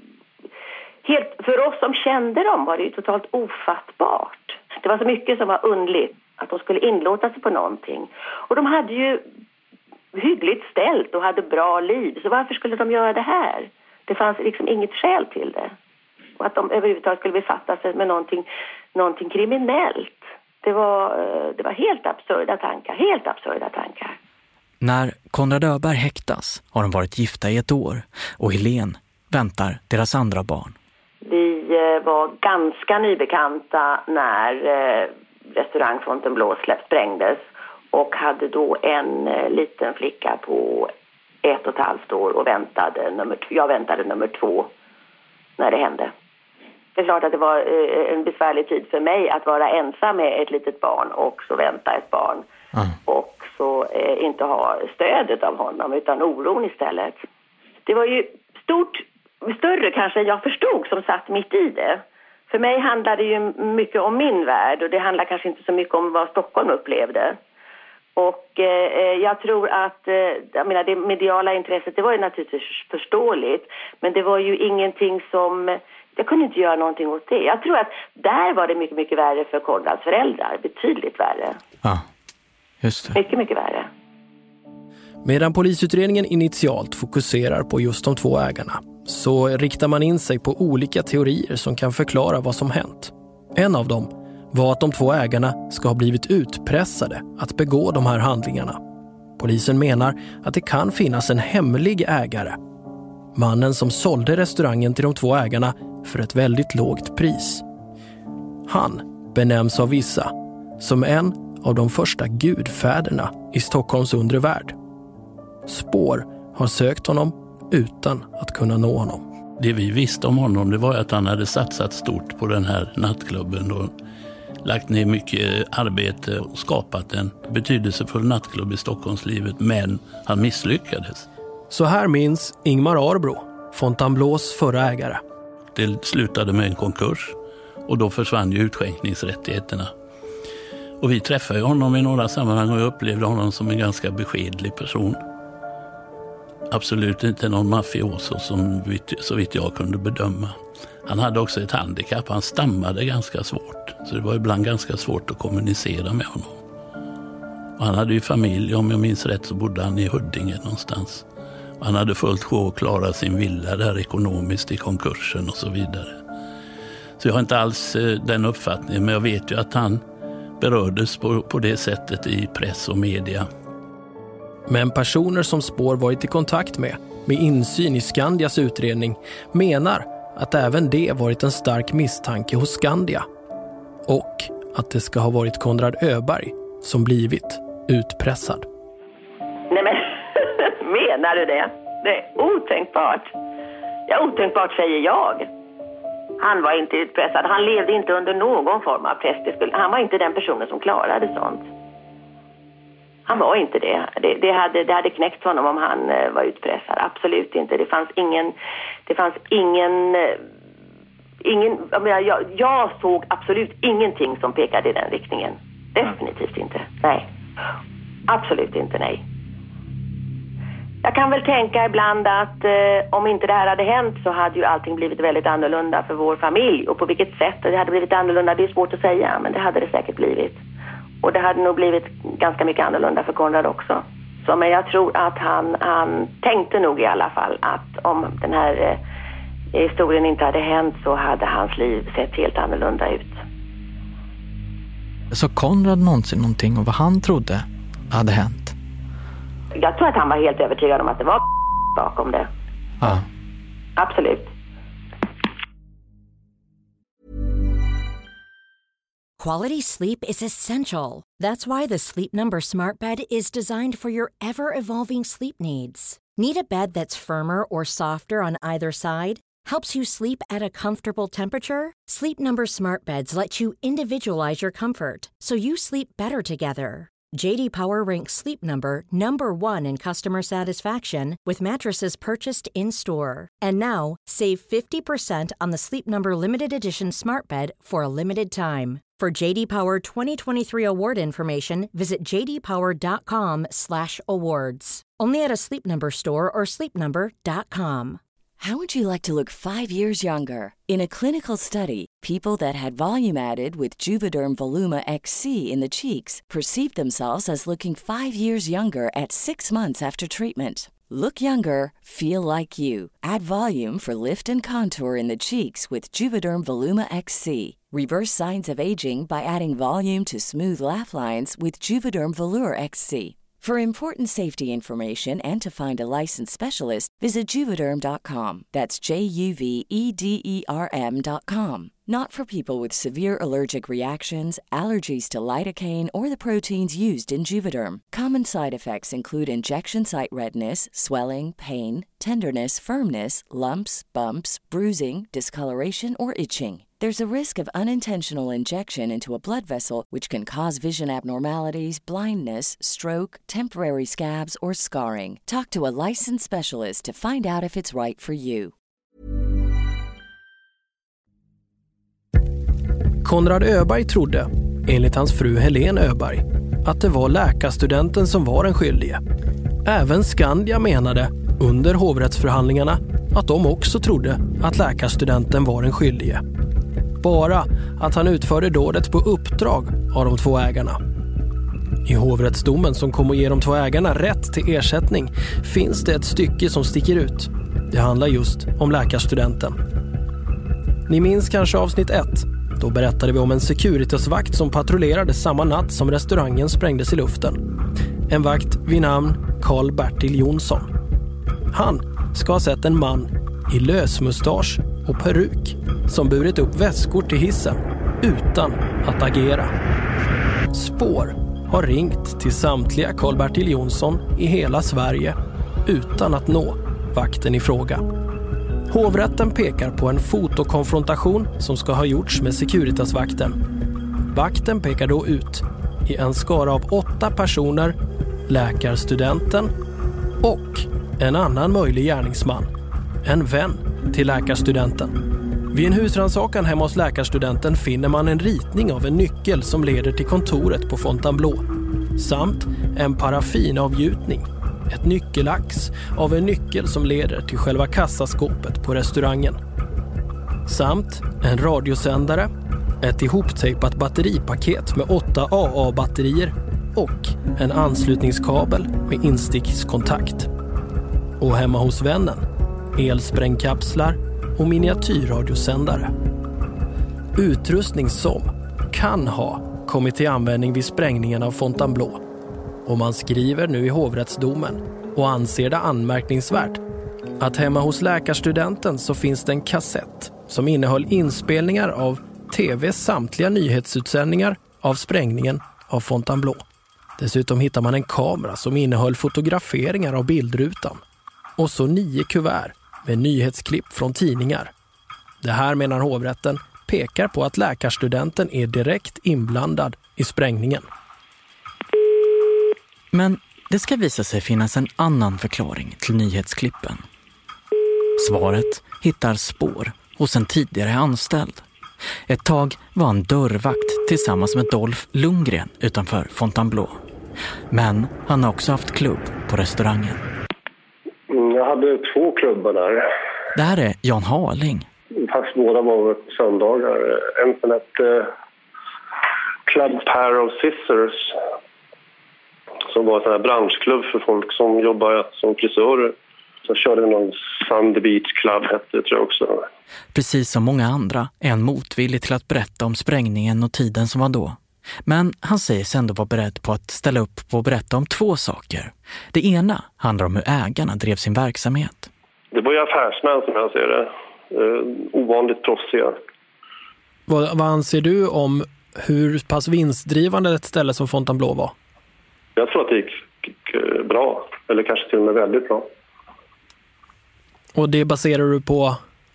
helt, för oss som kände dem var det ju totalt ofattbart. Det var så mycket som var undligt att de skulle inlåta sig på någonting. Och de hade ju hyggligt ställt och hade bra liv. Så varför skulle de göra det här? Det fanns liksom inget skäl till det. Och att de överhuvudtaget skulle befatta sig med någonting, någonting kriminellt. Det var, det var helt absurda tankar, helt absurda tankar. När Konrad Öberg häktas har de varit gifta i ett år och Helene väntar deras andra barn. Vi var ganska nybekanta när restaurang Fontainebleau sprängdes och hade då en liten flicka på ett och ett halvt år och väntade nummer, jag väntade nummer två när det hände. Det är klart att det var en besvärlig tid för mig att vara ensam med ett litet barn och så vänta ett barn. Mm. Och så eh, inte ha stödet av honom utan oron istället. Det var ju stort, större kanske jag förstod som satt mitt i det. För mig handlade det ju mycket om min värld och det handlar kanske inte så mycket om vad Stockholm upplevde. Och eh, jag tror att, eh, jag menar det mediala intresset det var ju naturligtvis förståeligt. Men det var ju ingenting som, jag kunde inte göra någonting åt det. Jag tror att där var det mycket, mycket värre för Konrads föräldrar, betydligt värre. Ja. Just det. Mycket, mycket värre. Medan polisutredningen initialt fokuserar på just de två ägarna så riktar man in sig på olika teorier som kan förklara vad som hänt. En av dem var att de två ägarna ska ha blivit utpressade att begå de här handlingarna. Polisen menar att det kan finnas en hemlig ägare. Mannen som sålde restaurangen till de två ägarna för ett väldigt lågt pris. Han benämns av vissa som en av de första gudfäderna i Stockholms undre värld. Spår har sökt honom utan att kunna nå honom. Det vi visste om honom det var att han hade satsat stort på den här nattklubben och lagt ner mycket arbete och skapat en betydelsefull nattklubb i Stockholmslivet, men han misslyckades. Så här minns Ingmar Arbro, Fontainebleaus förra ägare. Det slutade med en konkurs och då försvann ju utskänkningsrättigheterna. Och vi träffade honom i några sammanhang och jag upplevde honom som en ganska beskedlig person. Absolut inte någon mafioso som så vitt jag kunde bedöma. Han hade också ett handikapp, han stammade ganska svårt. Så det var ibland ganska svårt att kommunicera med honom. Och han hade ju familj, om jag minns rätt så bodde han i Huddinge någonstans. Och han hade fullt sjå att klara sin villa där ekonomiskt i konkursen och så vidare. Så jag har inte alls den uppfattningen, men jag vet ju att han berördes på, på det sättet i press och media. Men personer som Spår varit i kontakt med, med insyn i Skandias utredning, menar att även det varit en stark misstanke hos Skandia. Och att det ska ha varit Konrad Öberg som blivit utpressad. Nej men, menar du det? Det är otänkbart. Ja, otänkbart säger jag. Han var inte utpressad. Han levde inte under någon form av press. Han var inte den personen som klarade sånt. Han var inte det. Det, det, hade, det hade knäckt honom om han var utpressad. Absolut inte. Det fanns ingen... Det fanns ingen... ingen jag, menar, jag, jag såg absolut ingenting som pekade i den riktningen. Definitivt inte. Nej. Absolut inte, nej. Jag kan väl tänka ibland att eh, om inte det här hade hänt så hade ju allting blivit väldigt annorlunda för vår familj. Och på vilket sätt det hade blivit annorlunda, det är svårt att säga. Men det hade det säkert blivit. Och det hade nog blivit ganska mycket annorlunda för Konrad också. Så, men jag tror att han, han tänkte nog i alla fall att om den här eh, historien inte hade hänt så hade hans liv sett helt annorlunda ut. Så Konrad någonsin någonting om vad han trodde hade hänt? Jag tror att han var helt övertygad om att det var bakom det. Ja. Absolut. Quality sleep is essential. That's why the Sleep Number Smart Bed is designed for your ever-evolving sleep needs. Need a bed that's firmer or softer on either side? Helps you sleep at a comfortable temperature? Sleep Number Smart Beds let you individualize your comfort, so you sleep better together. J D Power ranks Sleep Number number one in customer satisfaction with mattresses purchased in-store. And now, save fifty percent on the Sleep Number Limited Edition Smart Bed for a limited time. For J D Power twenty twenty-three award information, visit j d power dot com slash awards. Only at a Sleep Number store or sleep number dot com. How would you like to look five years younger? In a clinical study, people that had volume added with Juvederm Voluma X C in the cheeks perceived themselves as looking five years younger at six months after treatment. Look younger, feel like you. Add volume for lift and contour in the cheeks with Juvederm Voluma X C. Reverse signs of aging by adding volume to smooth laugh lines with Juvederm Volure X C. For important safety information and to find a licensed specialist, visit Juvederm dot com. That's J U V E D E R M dot com. Not for people with severe allergic reactions, allergies to lidocaine, or the proteins used in Juvederm. Common side effects include injection site redness, swelling, pain, tenderness, firmness, lumps, bumps, bruising, discoloration, or itching. There's a risk of unintentional injection into a blood vessel, which can cause vision abnormalities, blindness, stroke, temporary scabs, or scarring. Talk to a licensed specialist to find out if it's right for you. Konrad Öberg trodde, enligt hans fru Helene Öberg, att det var läkarstudenten som var den skyldige. Även Skandia menade under hovrättsförhandlingarna att de också trodde att läkarstudenten var den skyldige. Bara att han utförde dådet på uppdrag av de två ägarna. I hovrättsdomen som kommer att ge de två ägarna rätt till ersättning finns det ett stycke som sticker ut. Det handlar just om läkarstudenten. Ni minns kanske avsnitt ett. Då berättade vi om en Securitas-vakt som patrullerade samma natt som restaurangen sprängdes i luften. En vakt vid namn Karl-Bertil Jonsson. Han ska ha sett en man i lösmustasch och peruk som burit upp väskor till hissen utan att agera. Spår har ringt till samtliga Karl-Bertil Jonsson i hela Sverige utan att nå vakten i fråga. Hovrätten pekar på en fotokonfrontation som ska ha gjorts med Securitas-vakten. Vakten pekar då ut i en skara av åtta personer, läkarstudenten och en annan möjlig gärningsman, en vän till läkarstudenten. Vid en husrannsakan hemma hos läkarstudenten finner man en ritning av en nyckel som leder till kontoret på Fontainebleau samt en paraffinavgjutning, ett nyckelax av en nyckel som leder till själva kassaskåpet på restaurangen samt en radiosändare, ett ihoptejpat batteripaket med åtta A A-batterier och en anslutningskabel med instickskontakt. Och hemma hos vännen elsprängkapslar och miniatyrradiosändare. Utrustning som kan ha kommit till användning vid sprängningen av Fontainebleau. Och man skriver nu i hovrättsdomen och anser det anmärkningsvärt att hemma hos läkarstudenten så finns det en kassett som innehöll inspelningar av tvs samtliga nyhetsutsändningar av sprängningen av Fontainebleau. Dessutom hittar man en kamera som innehöll fotograferingar av bildrutan och så nio kuvert med nyhetsklipp från tidningar. Det här, menar hovrätten, pekar på att läkarstudenten är direkt inblandad i sprängningen. Men det ska visa sig finnas en annan förklaring till nyhetsklippen. Svaret hittar spår hos en tidigare anställd. Ett tag var han dörrvakt tillsammans med Dolph Lundgren utanför Fontainebleau. Men han har också haft klubb på restaurangen. Jag hade två klubbar där. Det här är Jan Harling. Fast båda var på söndagar. En som hette Club Pair of Scissors. som var en sån här branschklubb för folk som jobbar som frisörer. Så körde vi någon Sunday Beach Club, hette det, tror jag också. Precis som många andra är han motvillig till att berätta om sprängningen och tiden som var då. Men han säger sig ändå vara beredd på att ställa upp på att berätta om två saker. Det ena handlar om hur ägarna drev sin verksamhet. Det var ju affärsmän som jag ser det. Eh, ovanligt proffsiga. Vad, vad anser du om hur pass vinstdrivande ett ställe som Fontainebleau var? Jag tror att det gick, gick bra. Eller kanske till och med väldigt bra. Och det baserar du på?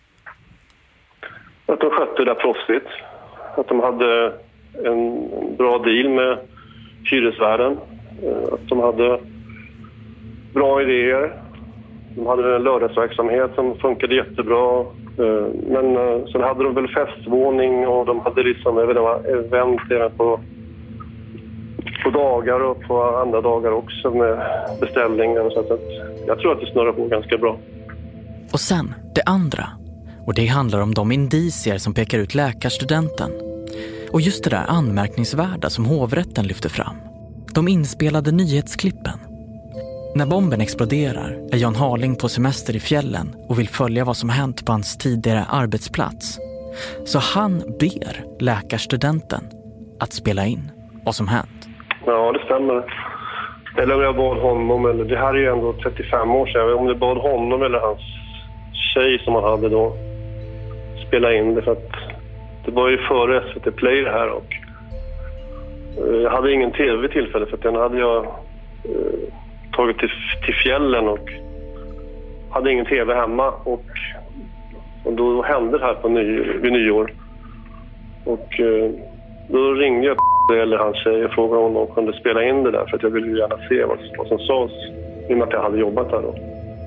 Att de skötte det proffsigt. Att de hade en bra deal med hyresvärden. Att de hade bra idéer. De hade en lördagsverksamhet som funkade jättebra. Men sen hade de väl festvåning och de hade liksom event även på, på dagar och på andra dagar också med beställningar. Så att jag tror att det snurrar på ganska bra. Och sen det andra. Och det handlar om de indicier som pekar ut läkarstudenten. Och just det där anmärkningsvärda som hovrätten lyfter fram. De inspelade nyhetsklippen. När bomben exploderar är Jan Harling på semester i fjällen och vill följa vad som hänt på hans tidigare arbetsplats. Så han ber läkarstudenten att spela in vad som hänt. Ja, det stämmer. Eller om jag bad honom, eller det här är ju ändå trettiofem år sedan, om jag bad honom eller hans tjej som han hade då spela in det, för att det var ju före S V T Play det här och jag hade ingen tv vid tillfället för att den hade jag eh, tagit till, till fjällen och hade ingen tv hemma och, och då hände det här på ny, vid nyår och eh, då ringde jag eller hans tjej och frågade om de kunde spela in det där för att jag ville ju gärna se vad, vad som sades i och med att jag hade jobbat där då.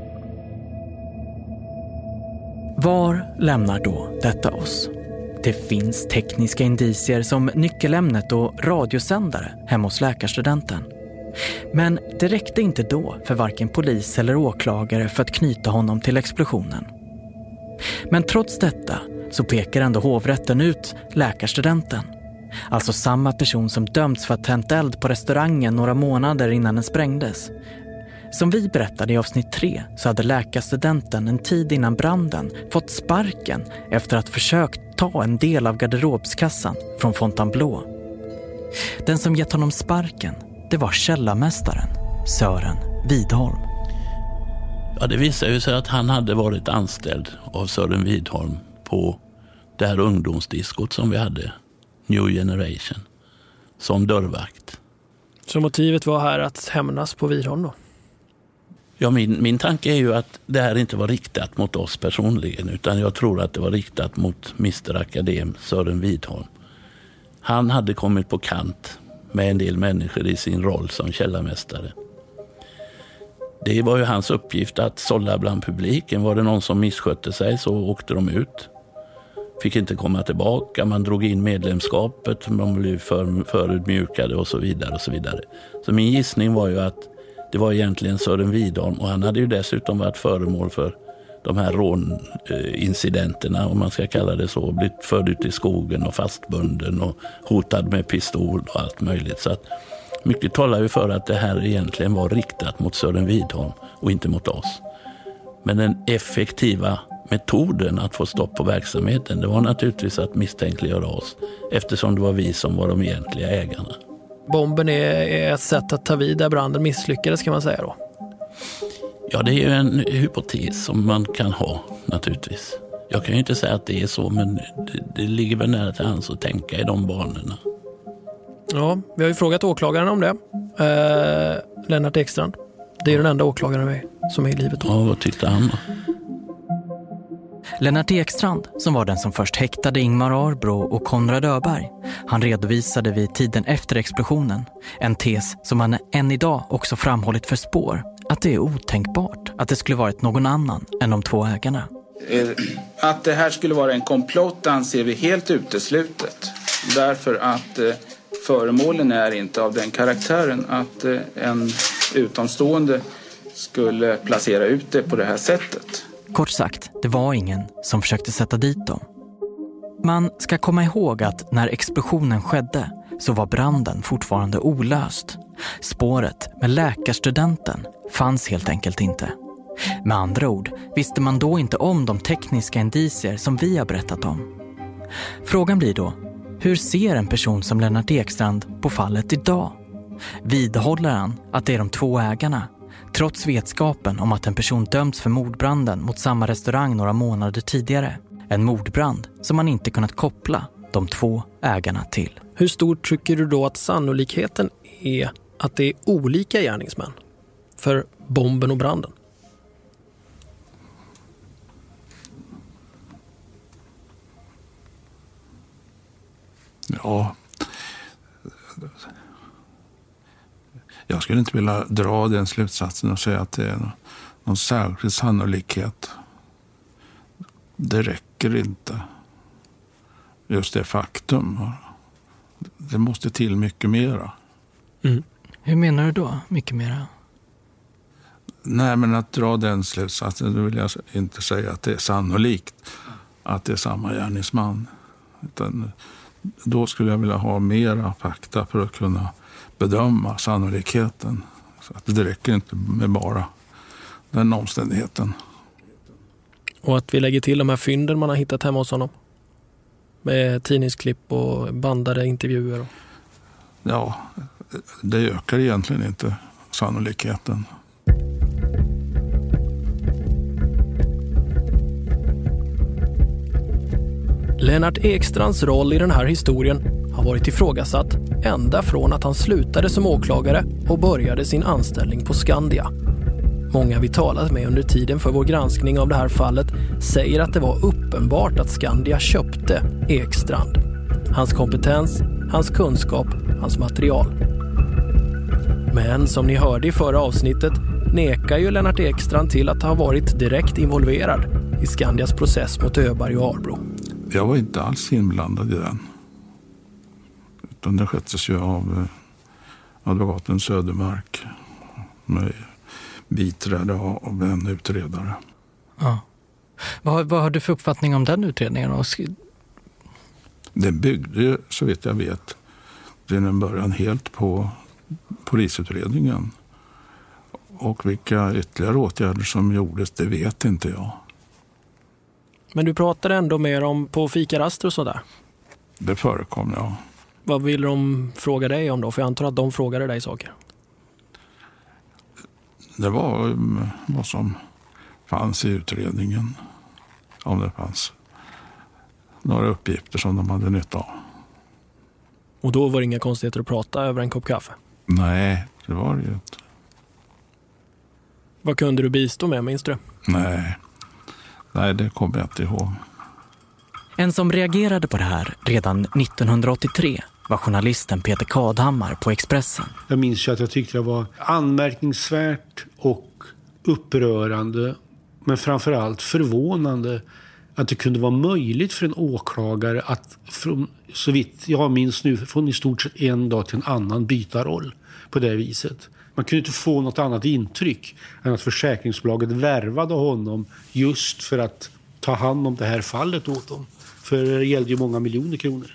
Var lämnar då detta oss? Det finns tekniska indicier som nyckelämnet och radiosändare hemma hos läkarstudenten. Men det räckte inte då för varken polis eller åklagare för att knyta honom till explosionen. Men trots detta så pekar ändå hovrätten ut läkarstudenten. Alltså samma person som dömts för att tänt eld på restaurangen några månader innan den sprängdes. Som vi berättade i avsnitt tre så hade läkarstudenten en tid innan branden fått sparken efter att försökt ta en del av garderobskassan från Fontainebleau. Den som gett honom sparken, det var källarmästaren Sören Widholm. Ja, det visade ju sig att han hade varit anställd av Sören Widholm på det här ungdomsdiskot som vi hade, New Generation, som dörrvakt. Så motivet var här att hämnas på Widholm då? Ja, min, min tanke är ju att det här inte var riktat mot oss personligen, utan jag tror att det var riktat mot mister Akadem Sören Widholm. Han hade kommit på kant med en del människor i sin roll som källarmästare. Det var ju hans uppgift att sålla bland publiken. Var det någon som misskötte sig så åkte de ut. Fick inte komma tillbaka, man drog in medlemskapet, de blev för, förutmjukade och så vidare och så vidare. Så min gissning var ju att det var egentligen Sören Widholm och han hade ju dessutom varit föremål för de här rånincidenterna, om man ska kalla det så, blivit förd ut i skogen och fastbunden och hotad med pistol och allt möjligt. Så att mycket talar ju för att det här egentligen var riktat mot Sören Widholm och inte mot oss. Men den effektiva metoden att få stopp på verksamheten, det var naturligtvis att misstänkliggöra oss, eftersom det var vi som var de egentliga ägarna. Bomben är ett sätt att ta vid där branden misslyckades, kan man säga då? Ja, det är ju en hypotes som man kan ha naturligtvis. Jag kan ju inte säga att det är så, men det, det ligger väl nära till hands att tänka i de banorna. Ja, vi har ju frågat åklagaren om det. Eh, Lennart Ekstrand. Det är den enda åklagaren som är i livet då. Ja, vad tyckte han då? Lennart Ekstrand, som var den som först häktade Ingmar Arbro och Konrad Öberg, han redovisade vid tiden efter explosionen en tes som han än idag också framhållit för Spår, att det är otänkbart att det skulle varit någon annan än de två ägarna. Att det här skulle vara en komplott anser vi helt uteslutet, därför att föremålen är inte av den karaktären att en utomstående skulle placera ut det på det här sättet. Kort sagt, det var ingen som försökte sätta dit dem. Man ska komma ihåg att när explosionen skedde så var branden fortfarande olöst. Spåret med läkarstudenten fanns helt enkelt inte. Med andra ord visste man då inte om de tekniska indicier som vi har berättat om. Frågan blir då, hur ser en person som Lennart Ekstrand på fallet idag? Vidhåller han att det är de två ägarna, trots vetskapen om att en person dömts för mordbranden mot samma restaurang några månader tidigare? En mordbrand som man inte kunnat koppla de två ägarna till. Hur stor tycker du då att sannolikheten är att det är olika gärningsmän för bomben och branden? Ja, jag skulle inte vilja dra den slutsatsen och säga att det är någon särskild sannolikhet. Det räcker inte. Just det faktum. Det måste till mycket mera. Mm. Hur menar du då, mycket mera? Nej, men att dra den slutsatsen, då vill jag inte säga att det är sannolikt att det är samma gärningsman. Utan då skulle jag vilja ha mera fakta för att kunna bedöma sannolikheten. Så att det räcker inte med bara den omständigheten. Och att vi lägger till de här fynden man har hittat hemma hos honom. Med tidningsklipp och bandade intervjuer. Och... Ja, det ökar egentligen inte sannolikheten. Lennart Ekstrands roll i den här historien har varit ifrågasatt ända från att han slutade som åklagare och började sin anställning på Skandia. Många vi talat med under tiden för vår granskning av det här fallet säger att det var uppenbart att Skandia köpte Ekstrand. Hans kompetens, hans kunskap, hans material. Men som ni hörde i förra avsnittet nekar ju Lennart Ekstrand till att ha varit direkt involverad i Skandias process mot Öberg och Arbro. Jag var inte alls inblandad i den. Utan det sköttes ju av advokaten Södermark med biträde av en utredare. Ja. Vad, vad har du för uppfattning om den utredningen? Det byggde ju, så vitt jag vet, till en början helt på polisutredningen. Och vilka ytterligare åtgärder som gjordes, det vet inte jag. Men du pratade ändå mer om på fikaraster och sådär? Det förekom, ja. Vad vill de fråga dig om då? För jag antar att de frågade dig saker. Det var vad som fanns i utredningen. Om det fanns några uppgifter som de hade nytta av. Och då var det inga konstigheter att prata över en kopp kaffe? Nej, det var det ju inte. Vad kunde du bistå med, minns du? Nej, Nej det kommer jag inte ihåg. En som reagerade på det här redan nittonhundraåttiotre var journalisten Peter Kadhammar på Expressen. Jag minns ju att jag tyckte det var anmärkningsvärt och upprörande, men framförallt förvånande att det kunde vara möjligt för en åklagare att, från, så vitt jag minns nu, från i stort sett en dag till en annan byta roll på det viset. Man kunde inte få något annat intryck än att försäkringsbolaget värvade honom just för att ta hand om det här fallet åt dem. För det gällde ju många miljoner kronor.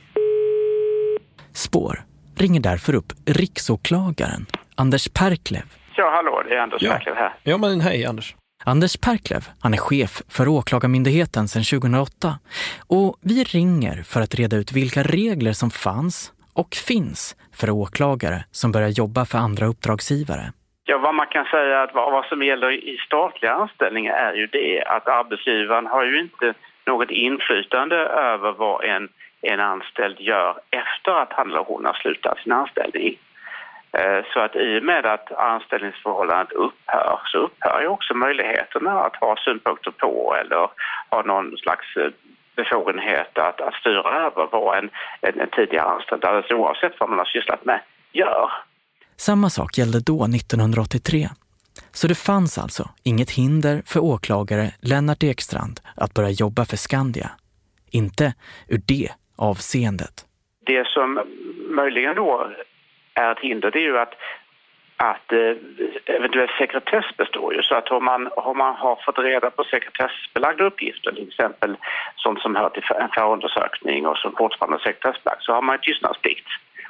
Spår ringer därför upp riksåklagaren Anders Perklev. Ja, hallå, det är Anders ja. Perklev här. Ja, men hej Anders. Anders Perklev, han är chef för åklagarmyndigheten sedan tjugohundraåtta. Och vi ringer för att reda ut vilka regler som fanns och finns för åklagare som börjar jobba för andra uppdragsgivare. Ja, vad man kan säga att vad, vad som gäller i statliga anställningar är ju det att arbetsgivaren har ju inte något inflytande över vad en, en anställd gör efter att han eller hon har slutat sin anställning. Så att i och med att anställningsförhållandet upphör så upphör ju också möjligheterna att ha synpunkter på eller ha någon slags befogenhet att, att styra över vad en, en, en tidigare anställd, alltså oavsett vad man har sysslat med, gör. Samma sak gällde då nittonhundraåttiotre. Så det fanns alltså inget hinder för åklagare Lennart Ekstrand att börja jobba för Skandia. Inte ur det avseendet. Det som möjligen då är ett hinder, det är ju att, att eh, eventuellt sekretess består ju. Så att om man, om man har fått reda på sekretessbelagda uppgifter, till exempel sånt som hör till en förundersökning och som fortfarande är sekretessbelagt, så har man ju tystnadsplikt.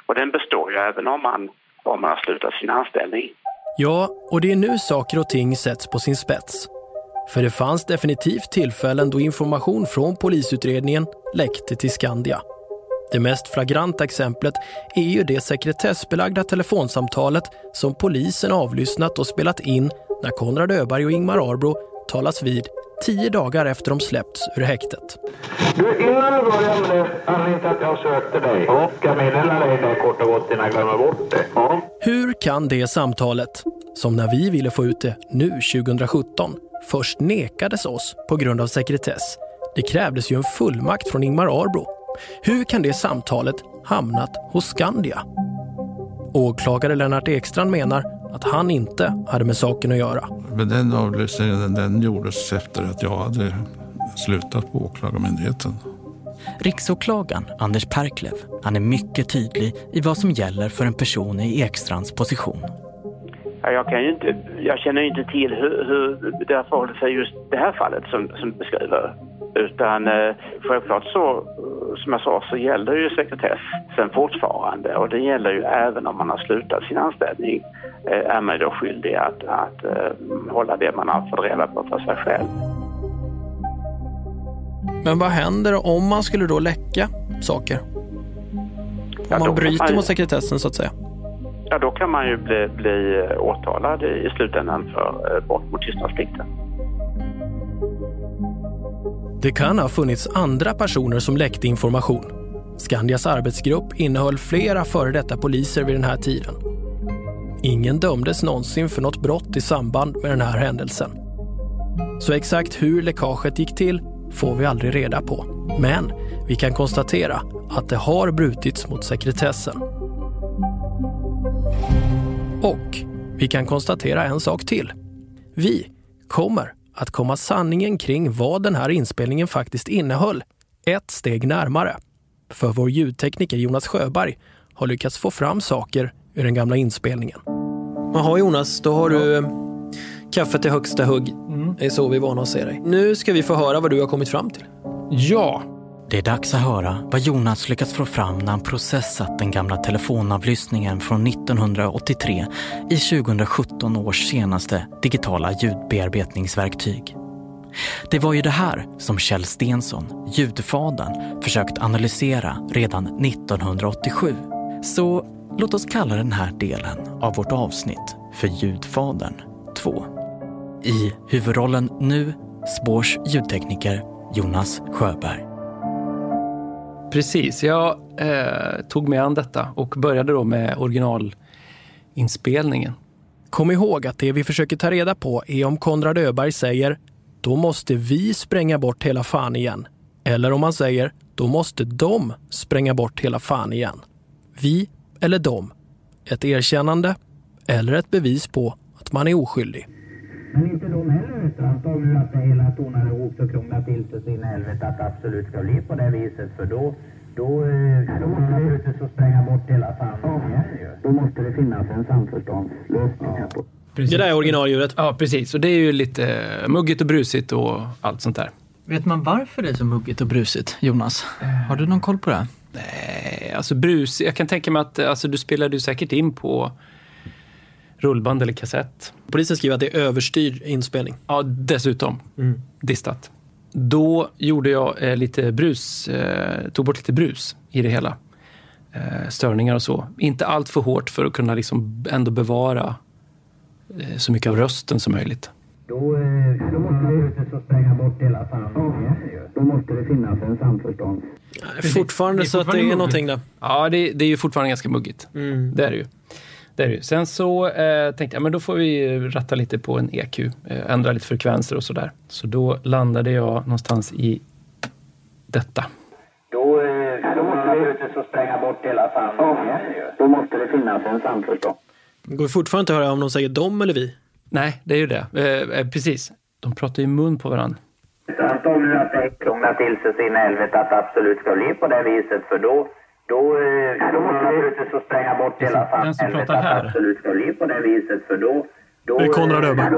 Och den består ju även om man, om man har slutat sin anställning. Ja, och det är nu saker och ting sätts på sin spets. För det fanns definitivt tillfällen då information från polisutredningen läckte till Skandia. Det mest flagranta exemplet är ju det sekretessbelagda telefonsamtalet som polisen avlyssnat och spelat in när Konrad Öberg och Ingmar Arbro talas vid tio dagar efter de släppts ur häktet. Du, innan du börjar med det, anledningen till att jag sökte dig, och jag meddelar dig det kort och gott innan jag glömmer bort det. Ja. Hur kan det samtalet, som när vi ville få ut det nu tjugosjutton, först nekades oss på grund av sekretess? Det krävdes ju en fullmakt från Ingmar Arbro. Hur kan det samtalet hamnat hos Skandia? Åklagare Lennart Ekstrand menar att han inte hade med saken att göra. Men den avlyssningen den gjordes efter att jag hade slutat på åklagarmyndigheten. Riksåklagaren Anders Perklev, han är mycket tydlig i vad som gäller för en person i Ekstrands position. Jag, kan ju inte, jag känner ju inte till hur, hur det förhåller sig just det här fallet som, som beskriver. Utan eh, självklart så, som jag sa, så gäller ju sekretess sen fortfarande. Och det gäller ju även om man har slutat sin anställning. Eh, är man då skyldig att, att eh, hålla det man har fått reda på för sig själv. Men vad händer om man skulle då läcka saker? Om ja, man bryter man, mot sekretessen så att säga. Ja, då kan man ju bli, bli åtalad i slutändan för eh, brott mot tystnadsplikten. Det kan ha funnits andra personer som läckte information. Skandias arbetsgrupp innehöll flera före detta poliser vid den här tiden. Ingen dömdes någonsin för något brott i samband med den här händelsen. Så exakt hur läckaget gick till får vi aldrig reda på. Men vi kan konstatera att det har brutits mot sekretessen. Och vi kan konstatera en sak till. Vi kommer att komma sanningen kring vad den här inspelningen faktiskt innehöll ett steg närmare. För vår ljudtekniker Jonas Sjöberg har lyckats få fram saker ur den gamla inspelningen. Jaha Jonas, då har du kaffet i högsta hugg. Mm. Det är så vi är vana att se dig. Nu ska vi få höra vad du har kommit fram till. Ja! Det är dags att höra vad Jonas lyckats få fram när han processat den gamla telefonavlyssningen från nittonhundraåttiotre i tjugosjutton års senaste digitala ljudbearbetningsverktyg. Det var ju det här som Kjell Stensson, ljudfadern, försökt analysera redan nittonhundraåttiosju. Så låt oss kalla den här delen av vårt avsnitt för Ljudfadern två. I huvudrollen nu Spårs ljudtekniker Jonas Sjöberg. Precis, jag eh, tog med an detta och började då med originalinspelningen. Kom ihåg att det vi försöker ta reda på är om Konrad Öberg säger då måste vi spränga bort hela fan igen. Eller om han säger då måste de spränga bort hela fan igen. Vi eller de. Ett erkännande eller ett bevis på att man är oskyldig. Men inte de heller, utan såg nu att det hela tonar ihop och krånglar till sig sin helvete att det absolut ska bli på det viset. För då, då, då måste det ute så spränga bort hela fan. Ja, då måste det finnas en samförståndslösning här på. Precis. Det där är originaldjuret. Ja, precis. Och det är ju lite muggigt och brusigt och allt sånt där. Vet man varför det är så muggigt och brusigt, Jonas? Har du någon koll på det? Nej, alltså brus. Jag kan tänka mig att alltså, du spelade ju säkert in på rullband eller kassett. Polisen skriver att det är överstyrd inspelning. Ja, dessutom. Mm. Distat. Då gjorde jag eh, lite brus, eh, tog bort lite brus i det hela. Eh, störningar och så. Inte allt för hårt för att kunna liksom ändå bevara eh, så mycket av rösten som möjligt. Då, då måste det ute så spränga bort hela fan. Då måste det finnas en samförstånd. Fortfarande, det är fortfarande så att det är någonting där. Ja, det, det är ju fortfarande ganska muggigt. Mm. Det är det ju. Det är det ju. Sen så eh, tänkte jag, men då får vi ratta lite på en E Q. Eh, ändra lite frekvenser och sådär. Så då landade jag någonstans i detta. Då, då måste det ute så spränga bort hela fan. Då måste det finnas en samförstånd. Det går fortfarande inte att höra om de säger dom eller vi. Nej, det är ju det. Eh, precis. De pratar ju mun på varandra. Han står nu att det krånglar till sig sin helvete att det absolut ska bli på det viset. För då, då, då måste det ute så spränga bort hela fan. Den som pratar här. Att det absolut ska bli på det viset. För då, då, det är Konrad Öberg.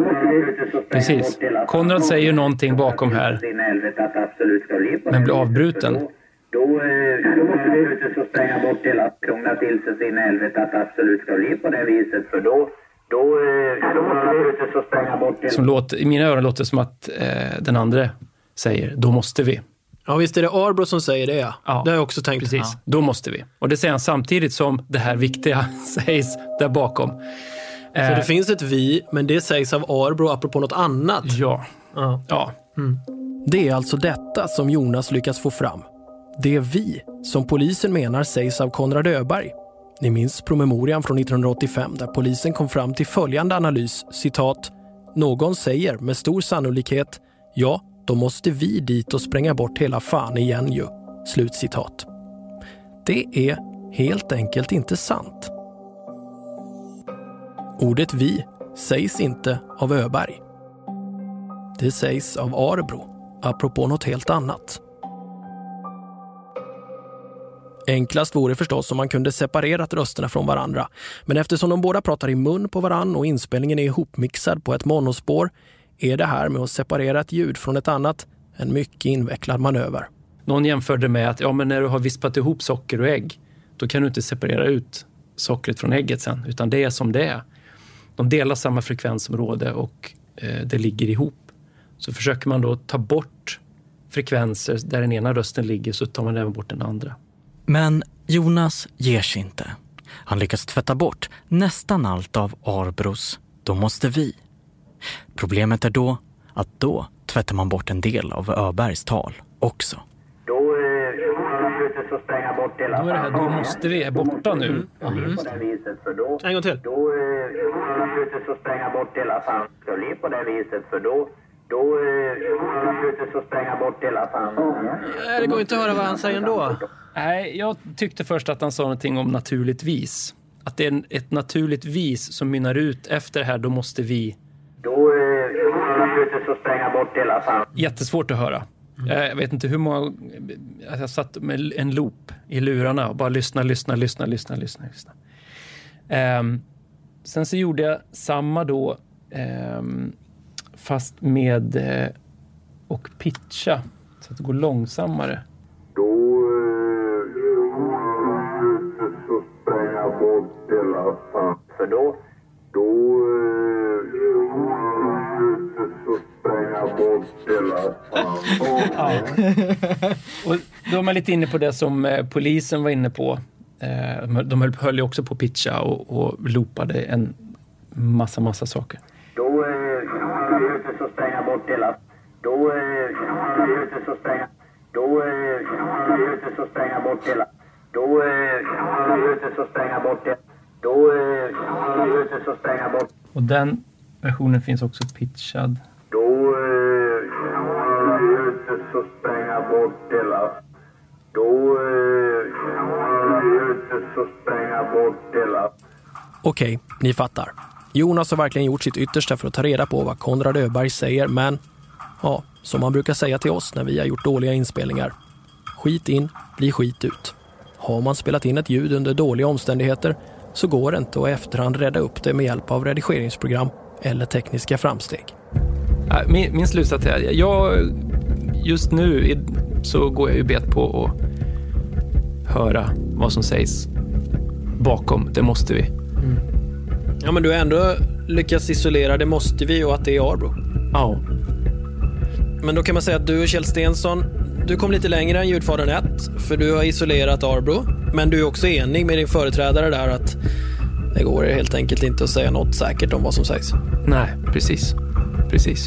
Precis. Konrad säger någonting bakom här. Men blir avbruten. Då, då måste vi ut och spränga bort hela, krångla till sig sin helvete att det absolut ska bli på det viset. För då, då, då måste vi ut och spränga bort hela. Som låter, i mina öron låter det som att eh, den andra säger, då måste vi. Ja, visst är det Arbro som säger det, ja. Ja, det har jag också tänkt. Precis, Ja. då måste vi. Och det säger han samtidigt som det här viktiga sägs där bakom. Så eh, det finns ett vi, men det sägs av Arbro apropå något annat. Ja. Ja. ja. Mm. Det är alltså detta som Jonas lyckas få fram. Det är vi som polisen menar sägs av Konrad Öberg. Ni minns promemorian från nittonhundraåttiofem där polisen kom fram till följande analys, citat: någon säger med stor sannolikhet, ja, då måste vi dit och spränga bort hela fan igen ju. Slutcitat. Det är helt enkelt inte sant. Ordet vi sägs inte av Öberg. Det sägs av Arbro, apropå något helt annat. Enklast vore förstås om man kunde separerat rösterna från varandra. Men eftersom de båda pratar i mun på varann och inspelningen är ihopmixad på ett monospår är det här med att separera ett ljud från ett annat en mycket invecklad manöver. Någon jämförde med att ja, men när du har vispat ihop socker och ägg, då kan du inte separera ut sockret från ägget sen, utan det är som det är. De delar samma frekvensområde och eh, det ligger ihop. Så försöker man då ta bort frekvenser där den ena rösten ligger, så tar man även bort den andra. Men Jonas ger sig inte. Han lyckas tvätta bort nästan allt av Arbros då måste vi. Problemet är då att då tvättar man bort en del av Öbergs tal också. Då är så spränga bort hela. Då är det här, då måste vi är borta nu. Mm. Mm. På det viset, för då, en gång till. Då är så spränga bort hela fan ska bli på det viset, för då då är så spränga bort hela fan. Nej, det går inte att höra vad han säger ändå. Nej, jag tyckte först att han sa någonting om naturligtvis. Att det är ett naturligt vis som mynnar ut efter det här, då måste vi. Då är så spränga bort hela fan. Jättesvårt att höra. Jag vet inte hur många. Jag satt med en loop i lurarna och bara lyssna, lyssna, lyssna, lyssna, lyssna, lyssna. Um, sen så gjorde jag samma då, um, fast med uh, och pitcha så att det går långsammare. Då så spränga bort hela fan. För då då så spränga bort hela fan. Ja. Och då är man lite inne på det som eh, polisen var inne på. Eh, de höll, höll ju också på att pitcha och, och loopade en massa, massa saker. Då är så spränga bort hela. Då är så spränga. Då är så spränga bort hela. Då är så spränga bort hela. Då är så spränga bort. Och den versionen finns också pitchad. Då är så spränga bort hela. Då är så spränga bort hela. Okej, ni fattar. Jonas har verkligen gjort sitt yttersta för att ta reda på vad Konrad Öberg säger, men ja, som man brukar säga till oss när vi har gjort dåliga inspelningar. Skit in, blir skit ut. Har man spelat in ett ljud under dåliga omständigheter så går det inte att efterhand rädda upp det med hjälp av redigeringsprogram eller tekniska framsteg. Min, min slutsats är att jag, just nu så går jag ju bet på att höra vad som sägs bakom. Det måste vi. Mm. Ja, men du har ändå lyckats isolera det måste vi och att det är Arbro. Ja. Men då kan man säga att du och Kjell Stensson, du kom lite längre än ljudfadern ett, för du har isolerat Arbro. Men du är också enig med din företrädare där att det går helt enkelt inte att säga något säkert om vad som sägs. Nej, precis. Precis.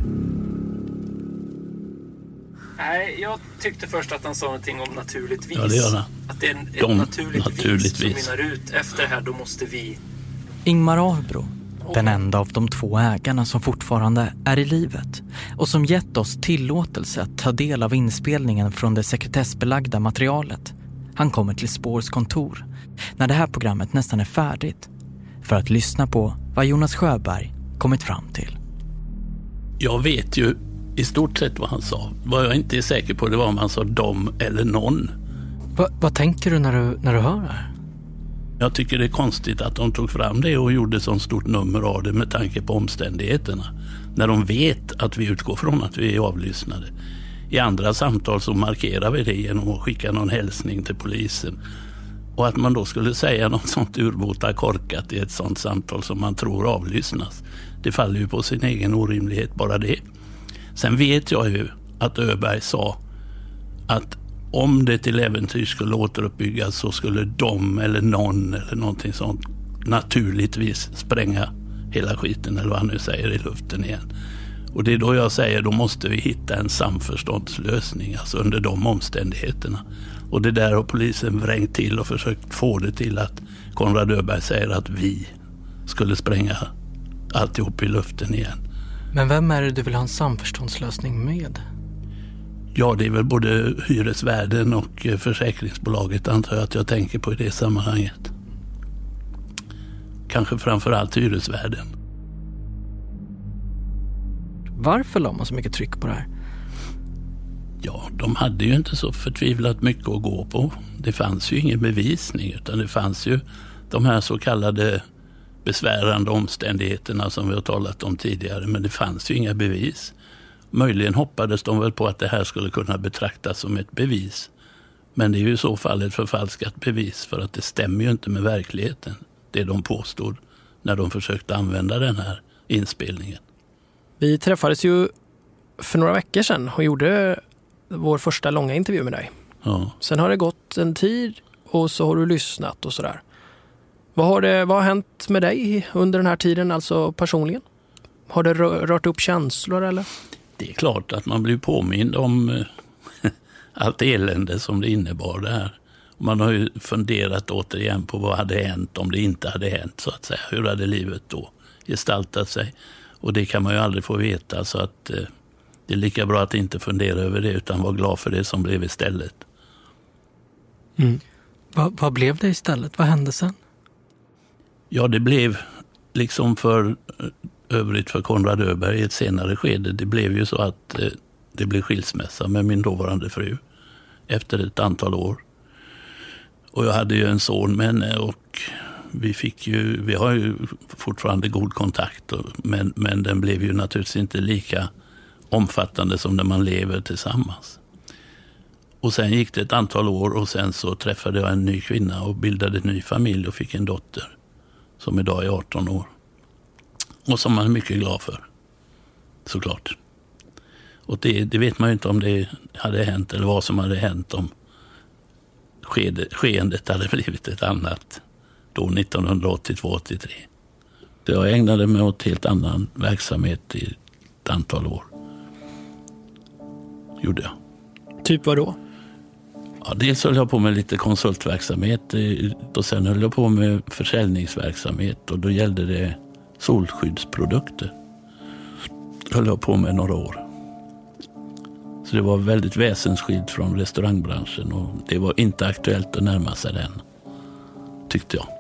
Nej, jag tyckte först att han sa någonting om naturligtvis. Ja, det gör han. Att det är en, De, ett naturligt naturligtvis. vis som mynnar ut efter det här, då måste vi. Ingmar Arbro, den enda av de två ägarna som fortfarande är i livet och som gett oss tillåtelse att ta del av inspelningen från det sekretessbelagda materialet. Han kommer till Spårs kontor när det här programmet nästan är färdigt för att lyssna på vad Jonas Sjöberg kommit fram till. Jag vet ju i stort sett vad han sa. Vad jag inte är säker på det var om han sa dom eller någon. Va, vad tänker du när du, när du hör det? Jag tycker det är konstigt att de tog fram det och gjorde så stort nummer av det med tanke på omständigheterna. När de vet att vi utgår från att vi är avlyssnade. I andra samtal så markerar vi det genom att skicka någon hälsning till polisen. Och att man då skulle säga något sånt urbota korkat i ett sånt samtal som man tror avlyssnas. Det faller ju på sin egen orimlighet bara det. Sen vet jag ju att Öberg sa att om det till äventyr skulle återuppbyggas så skulle de eller någon eller någonting sånt naturligtvis spränga hela skiten eller vad han nu säger i luften igen. Och det är då jag säger, då måste vi hitta en samförståndslösning alltså under de omständigheterna. Och det där har polisen vrängt till och försökt få det till att Konrad Öberg säger att vi skulle spränga alltihop i luften igen. Men vem är det du vill ha en samförståndslösning med? Ja, det är väl både hyresvärden och försäkringsbolaget antar jag att jag tänker på i det sammanhanget. Kanske framförallt hyresvärden. Varför la man så mycket tryck på det här? Ja, de hade ju inte så förtvivlat mycket att gå på. Det fanns ju ingen bevisning utan det fanns ju de här så kallade besvärande omständigheterna som vi har talat om tidigare. Men det fanns ju inga bevis. Möjligen hoppades de väl på att det här skulle kunna betraktas som ett bevis. Men det är ju i så fall ett förfalskat bevis för att det stämmer ju inte med verkligheten. Det de påstod när de försökte använda den här inspelningen. Vi träffades ju för några veckor sedan och gjorde vår första långa intervju med dig. Ja. Sen har det gått en tid och så har du lyssnat och sådär. Vad har, det, vad har hänt med dig under den här tiden, alltså personligen? Har det rört upp känslor eller? Det är klart att man blir påmind om allt elände som det innebar det här. Man har ju funderat återigen på vad hade hänt om det inte hade hänt så att säga. Hur hade livet då gestaltat sig? Och det kan man ju aldrig få veta så att eh, det är lika bra att inte fundera över det utan vara glad för det som blev istället. Mm. Va, vad blev det istället? Vad hände sen? Ja, det blev liksom för övrigt för Konrad Öberg i ett senare skede. Det blev ju så att eh, det blev skilsmässa med min dåvarande fru efter ett antal år. Och jag hade ju en son med henne och vi fick ju, vi har ju fortfarande god kontakt men, men den blev ju naturligtvis inte lika omfattande som när man lever tillsammans. Och sen gick det ett antal år och sen så träffade jag en ny kvinna och bildade en ny familj och fick en dotter som idag är arton år. Och som man är mycket glad för, såklart. Och det, det vet man ju inte om det hade hänt eller vad som hade hänt om skede, skeendet hade blivit ett annat då nittonhundraåttiotvå åttiotre. Jag ägnade mig åt helt annan verksamhet i ett antal år. Gjorde jag. Typ vad då? Ja, dels höll jag på med lite konsultverksamhet och sen höll jag på med försäljningsverksamhet och då gällde det solskyddsprodukter. Det höll jag på med några år. Så det var väldigt väsensskilt från restaurangbranschen och det var inte aktuellt att närma sig den, tyckte jag.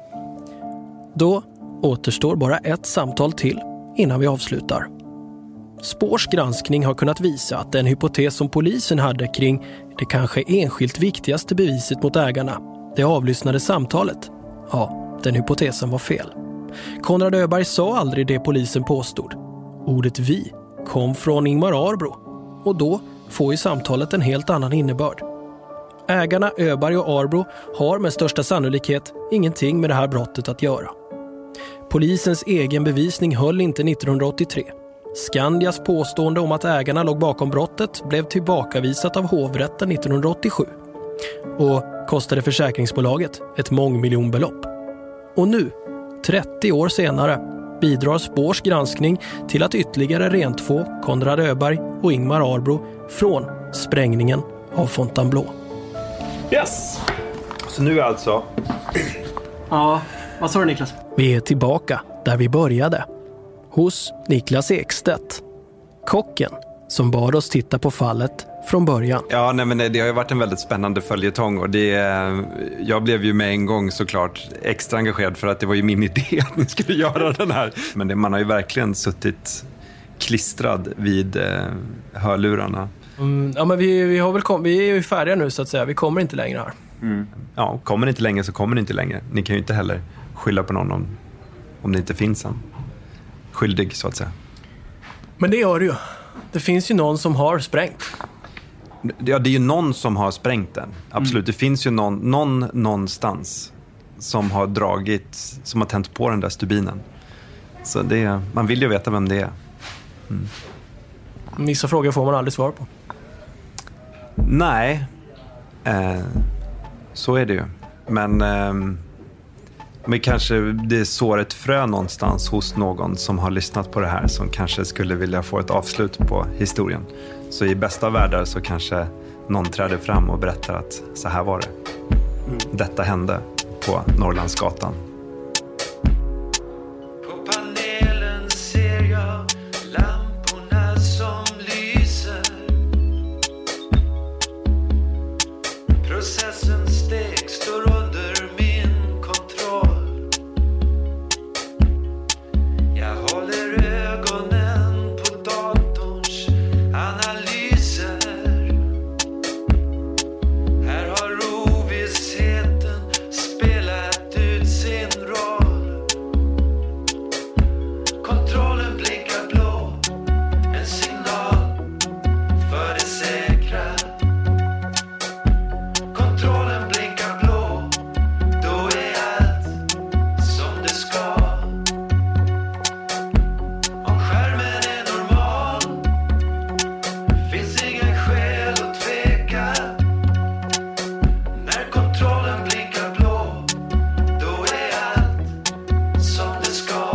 Då återstår bara ett samtal till innan vi avslutar. Spårs granskning har kunnat visa att den hypotes som polisen hade kring det kanske enskilt viktigaste beviset mot ägarna, det avlyssnade samtalet, ja, den hypotesen var fel. Konrad Öberg sa aldrig det polisen påstod. Ordet vi kom från Ingmar Arbro och då får ju samtalet en helt annan innebörd. Ägarna Öberg och Arbro har med största sannolikhet ingenting med det här brottet att göra. Polisens egen bevisning höll inte nittonhundraåttiotre. Skandias påstående om att ägarna låg bakom brottet blev tillbakavisat av hovrätten nittonhundraåttiosju och kostade försäkringsbolaget ett mångmiljonbelopp. Och nu, trettio år senare, bidrar Spårs granskning till att ytterligare rentfå Konrad Öberg och Ingmar Arbro från sprängningen av Fontainebleau. Yes! Så nu alltså... Ja, vad sa du Niklas? Vi är tillbaka där vi började. Hos Niklas Ekstedt, kocken som bad oss titta på fallet från början. Ja, nej, men det har ju varit en väldigt spännande följetong och det, jag blev ju med en gång såklart extra engagerad för att det var ju min idé att ni skulle göra den här. Men det, man har ju verkligen suttit klistrad vid eh, hörlurarna. Mm, ja, men vi, vi, har väl kom, vi är ju färdiga nu så att säga. Vi kommer inte längre här. Mm. Ja, kommer ni inte längre så kommer ni inte längre. Ni kan ju inte heller skylla på någon om, om det inte finns en skyldig så att säga. Men det gör det ju. Det finns ju någon som har sprängt. Ja, det är ju någon som har sprängt den. Absolut, mm. Det finns ju någon, någon någonstans som har dragit, som har tänt på den där stubinen. Så det, man vill ju veta vem det är. Mm. Vissa frågor får man aldrig svar på. Nej, eh, så är det ju. Men, eh, men kanske det sår ett frö någonstans hos någon som har lyssnat på det här, som kanske skulle vilja få ett avslut på historien. Så i bästa världar så kanske någon träder fram och berättar att så här var det. Mm. Detta hände på Norrlandsgatan. På panelen ser jag lamporna som lyser. Processens steg står under min kontroll. Jag håller ögonen på datorns analyser. Här har ovissheten spelat ut sin roll. Kontrollen blinkar blå, en signal för det säkra. Kontrollen blinkar blå, då är allt som det ska. Om skärmen är normal finns inga skäl att tveka. När kontrollen blinkar blå, då är allt som det ska.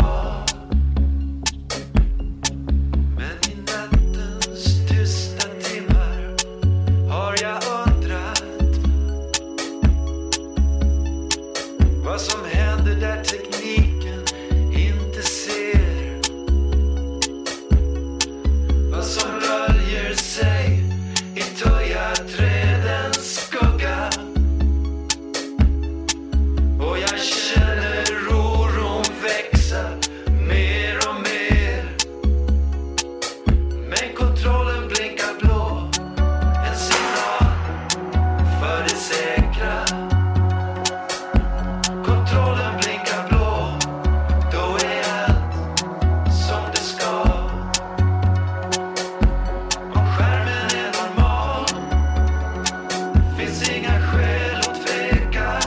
Men i nattens tysta timmar har jag undrat vad som händer där tekniken inte ser. Vad som döljer sig i Töja-trädens skugga. Och jag känner oron växa mer och mer. Men kontrollen blinkar blå, en signal för det säkra. Kontrollen blinkar blå, då är allt som det ska. Om skärmen är normal finns inga skäl att tveka.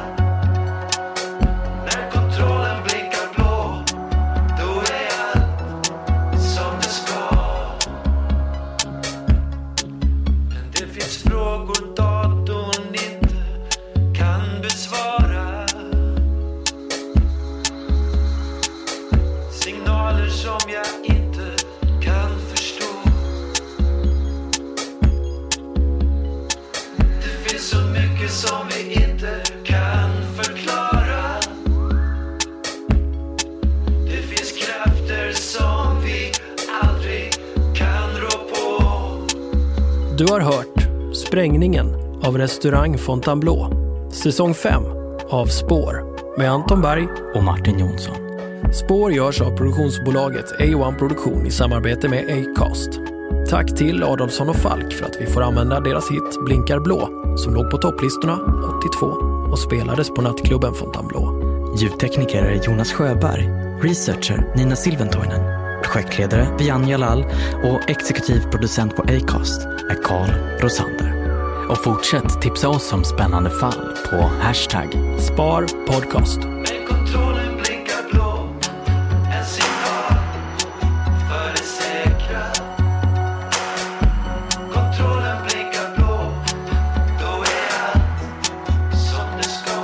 När kontrollen blinkar blå, då är allt som det ska. Men det finns frågor datorn inte kan besvara. Signaler som jag inte kan förstå. Det finns så mycket som vi inte kan förklara. Det finns krafter som vi aldrig kan rå på. Du har hört Sprängningen av restaurang Fontainebleau, säsong fem av Spår med Anton Berg och Martin Jonsson. Spår görs av produktionsbolaget A ett Produktion i samarbete med Acast. Tack till Adolfsson och Falk för att vi får använda deras hit Blinkar blå, som låg på topplistorna åttiotvå och spelades på nattklubben Fontainebleau. Ljudtekniker är Jonas Sjöberg, researcher Nina Silventoinen, projektledare Vian Jalal och exekutiv producent på Acast är Carl Rosander. Och fortsätt tipsa oss om spännande fall på hashtag Sparpodcast. Men kontrollen blinkar blå, en signal för det säkra. Kontrollen blinkar blå, då är allt som det ska.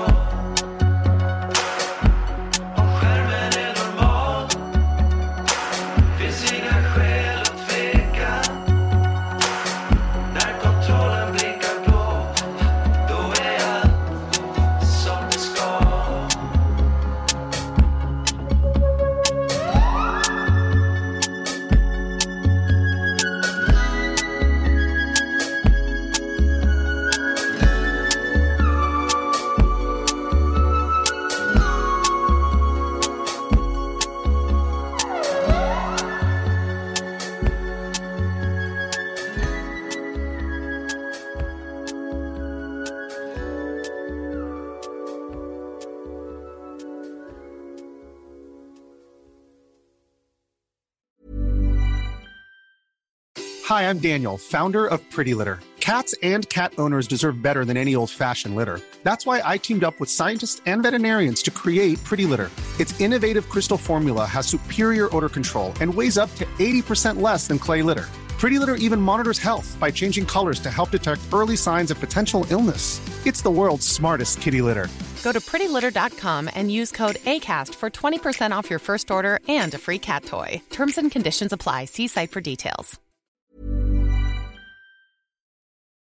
Om skärmen är normal finns inga skäl att tveka. När kontrollen blinkar blå, då är allt som det ska. Hi, I'm Daniel, founder of Pretty Litter. Cats and cat owners deserve better than any old-fashioned litter. That's why I teamed up with scientists and veterinarians to create Pretty Litter. Its innovative crystal formula has superior odor control and weighs up to eighty percent less than clay litter. Pretty Litter even monitors health by changing colors to help detect early signs of potential illness. It's the world's smartest kitty litter. Go to pretty litter dot com and use code ACAST for twenty percent off your first order and a free cat toy. Terms and conditions apply. See site for details.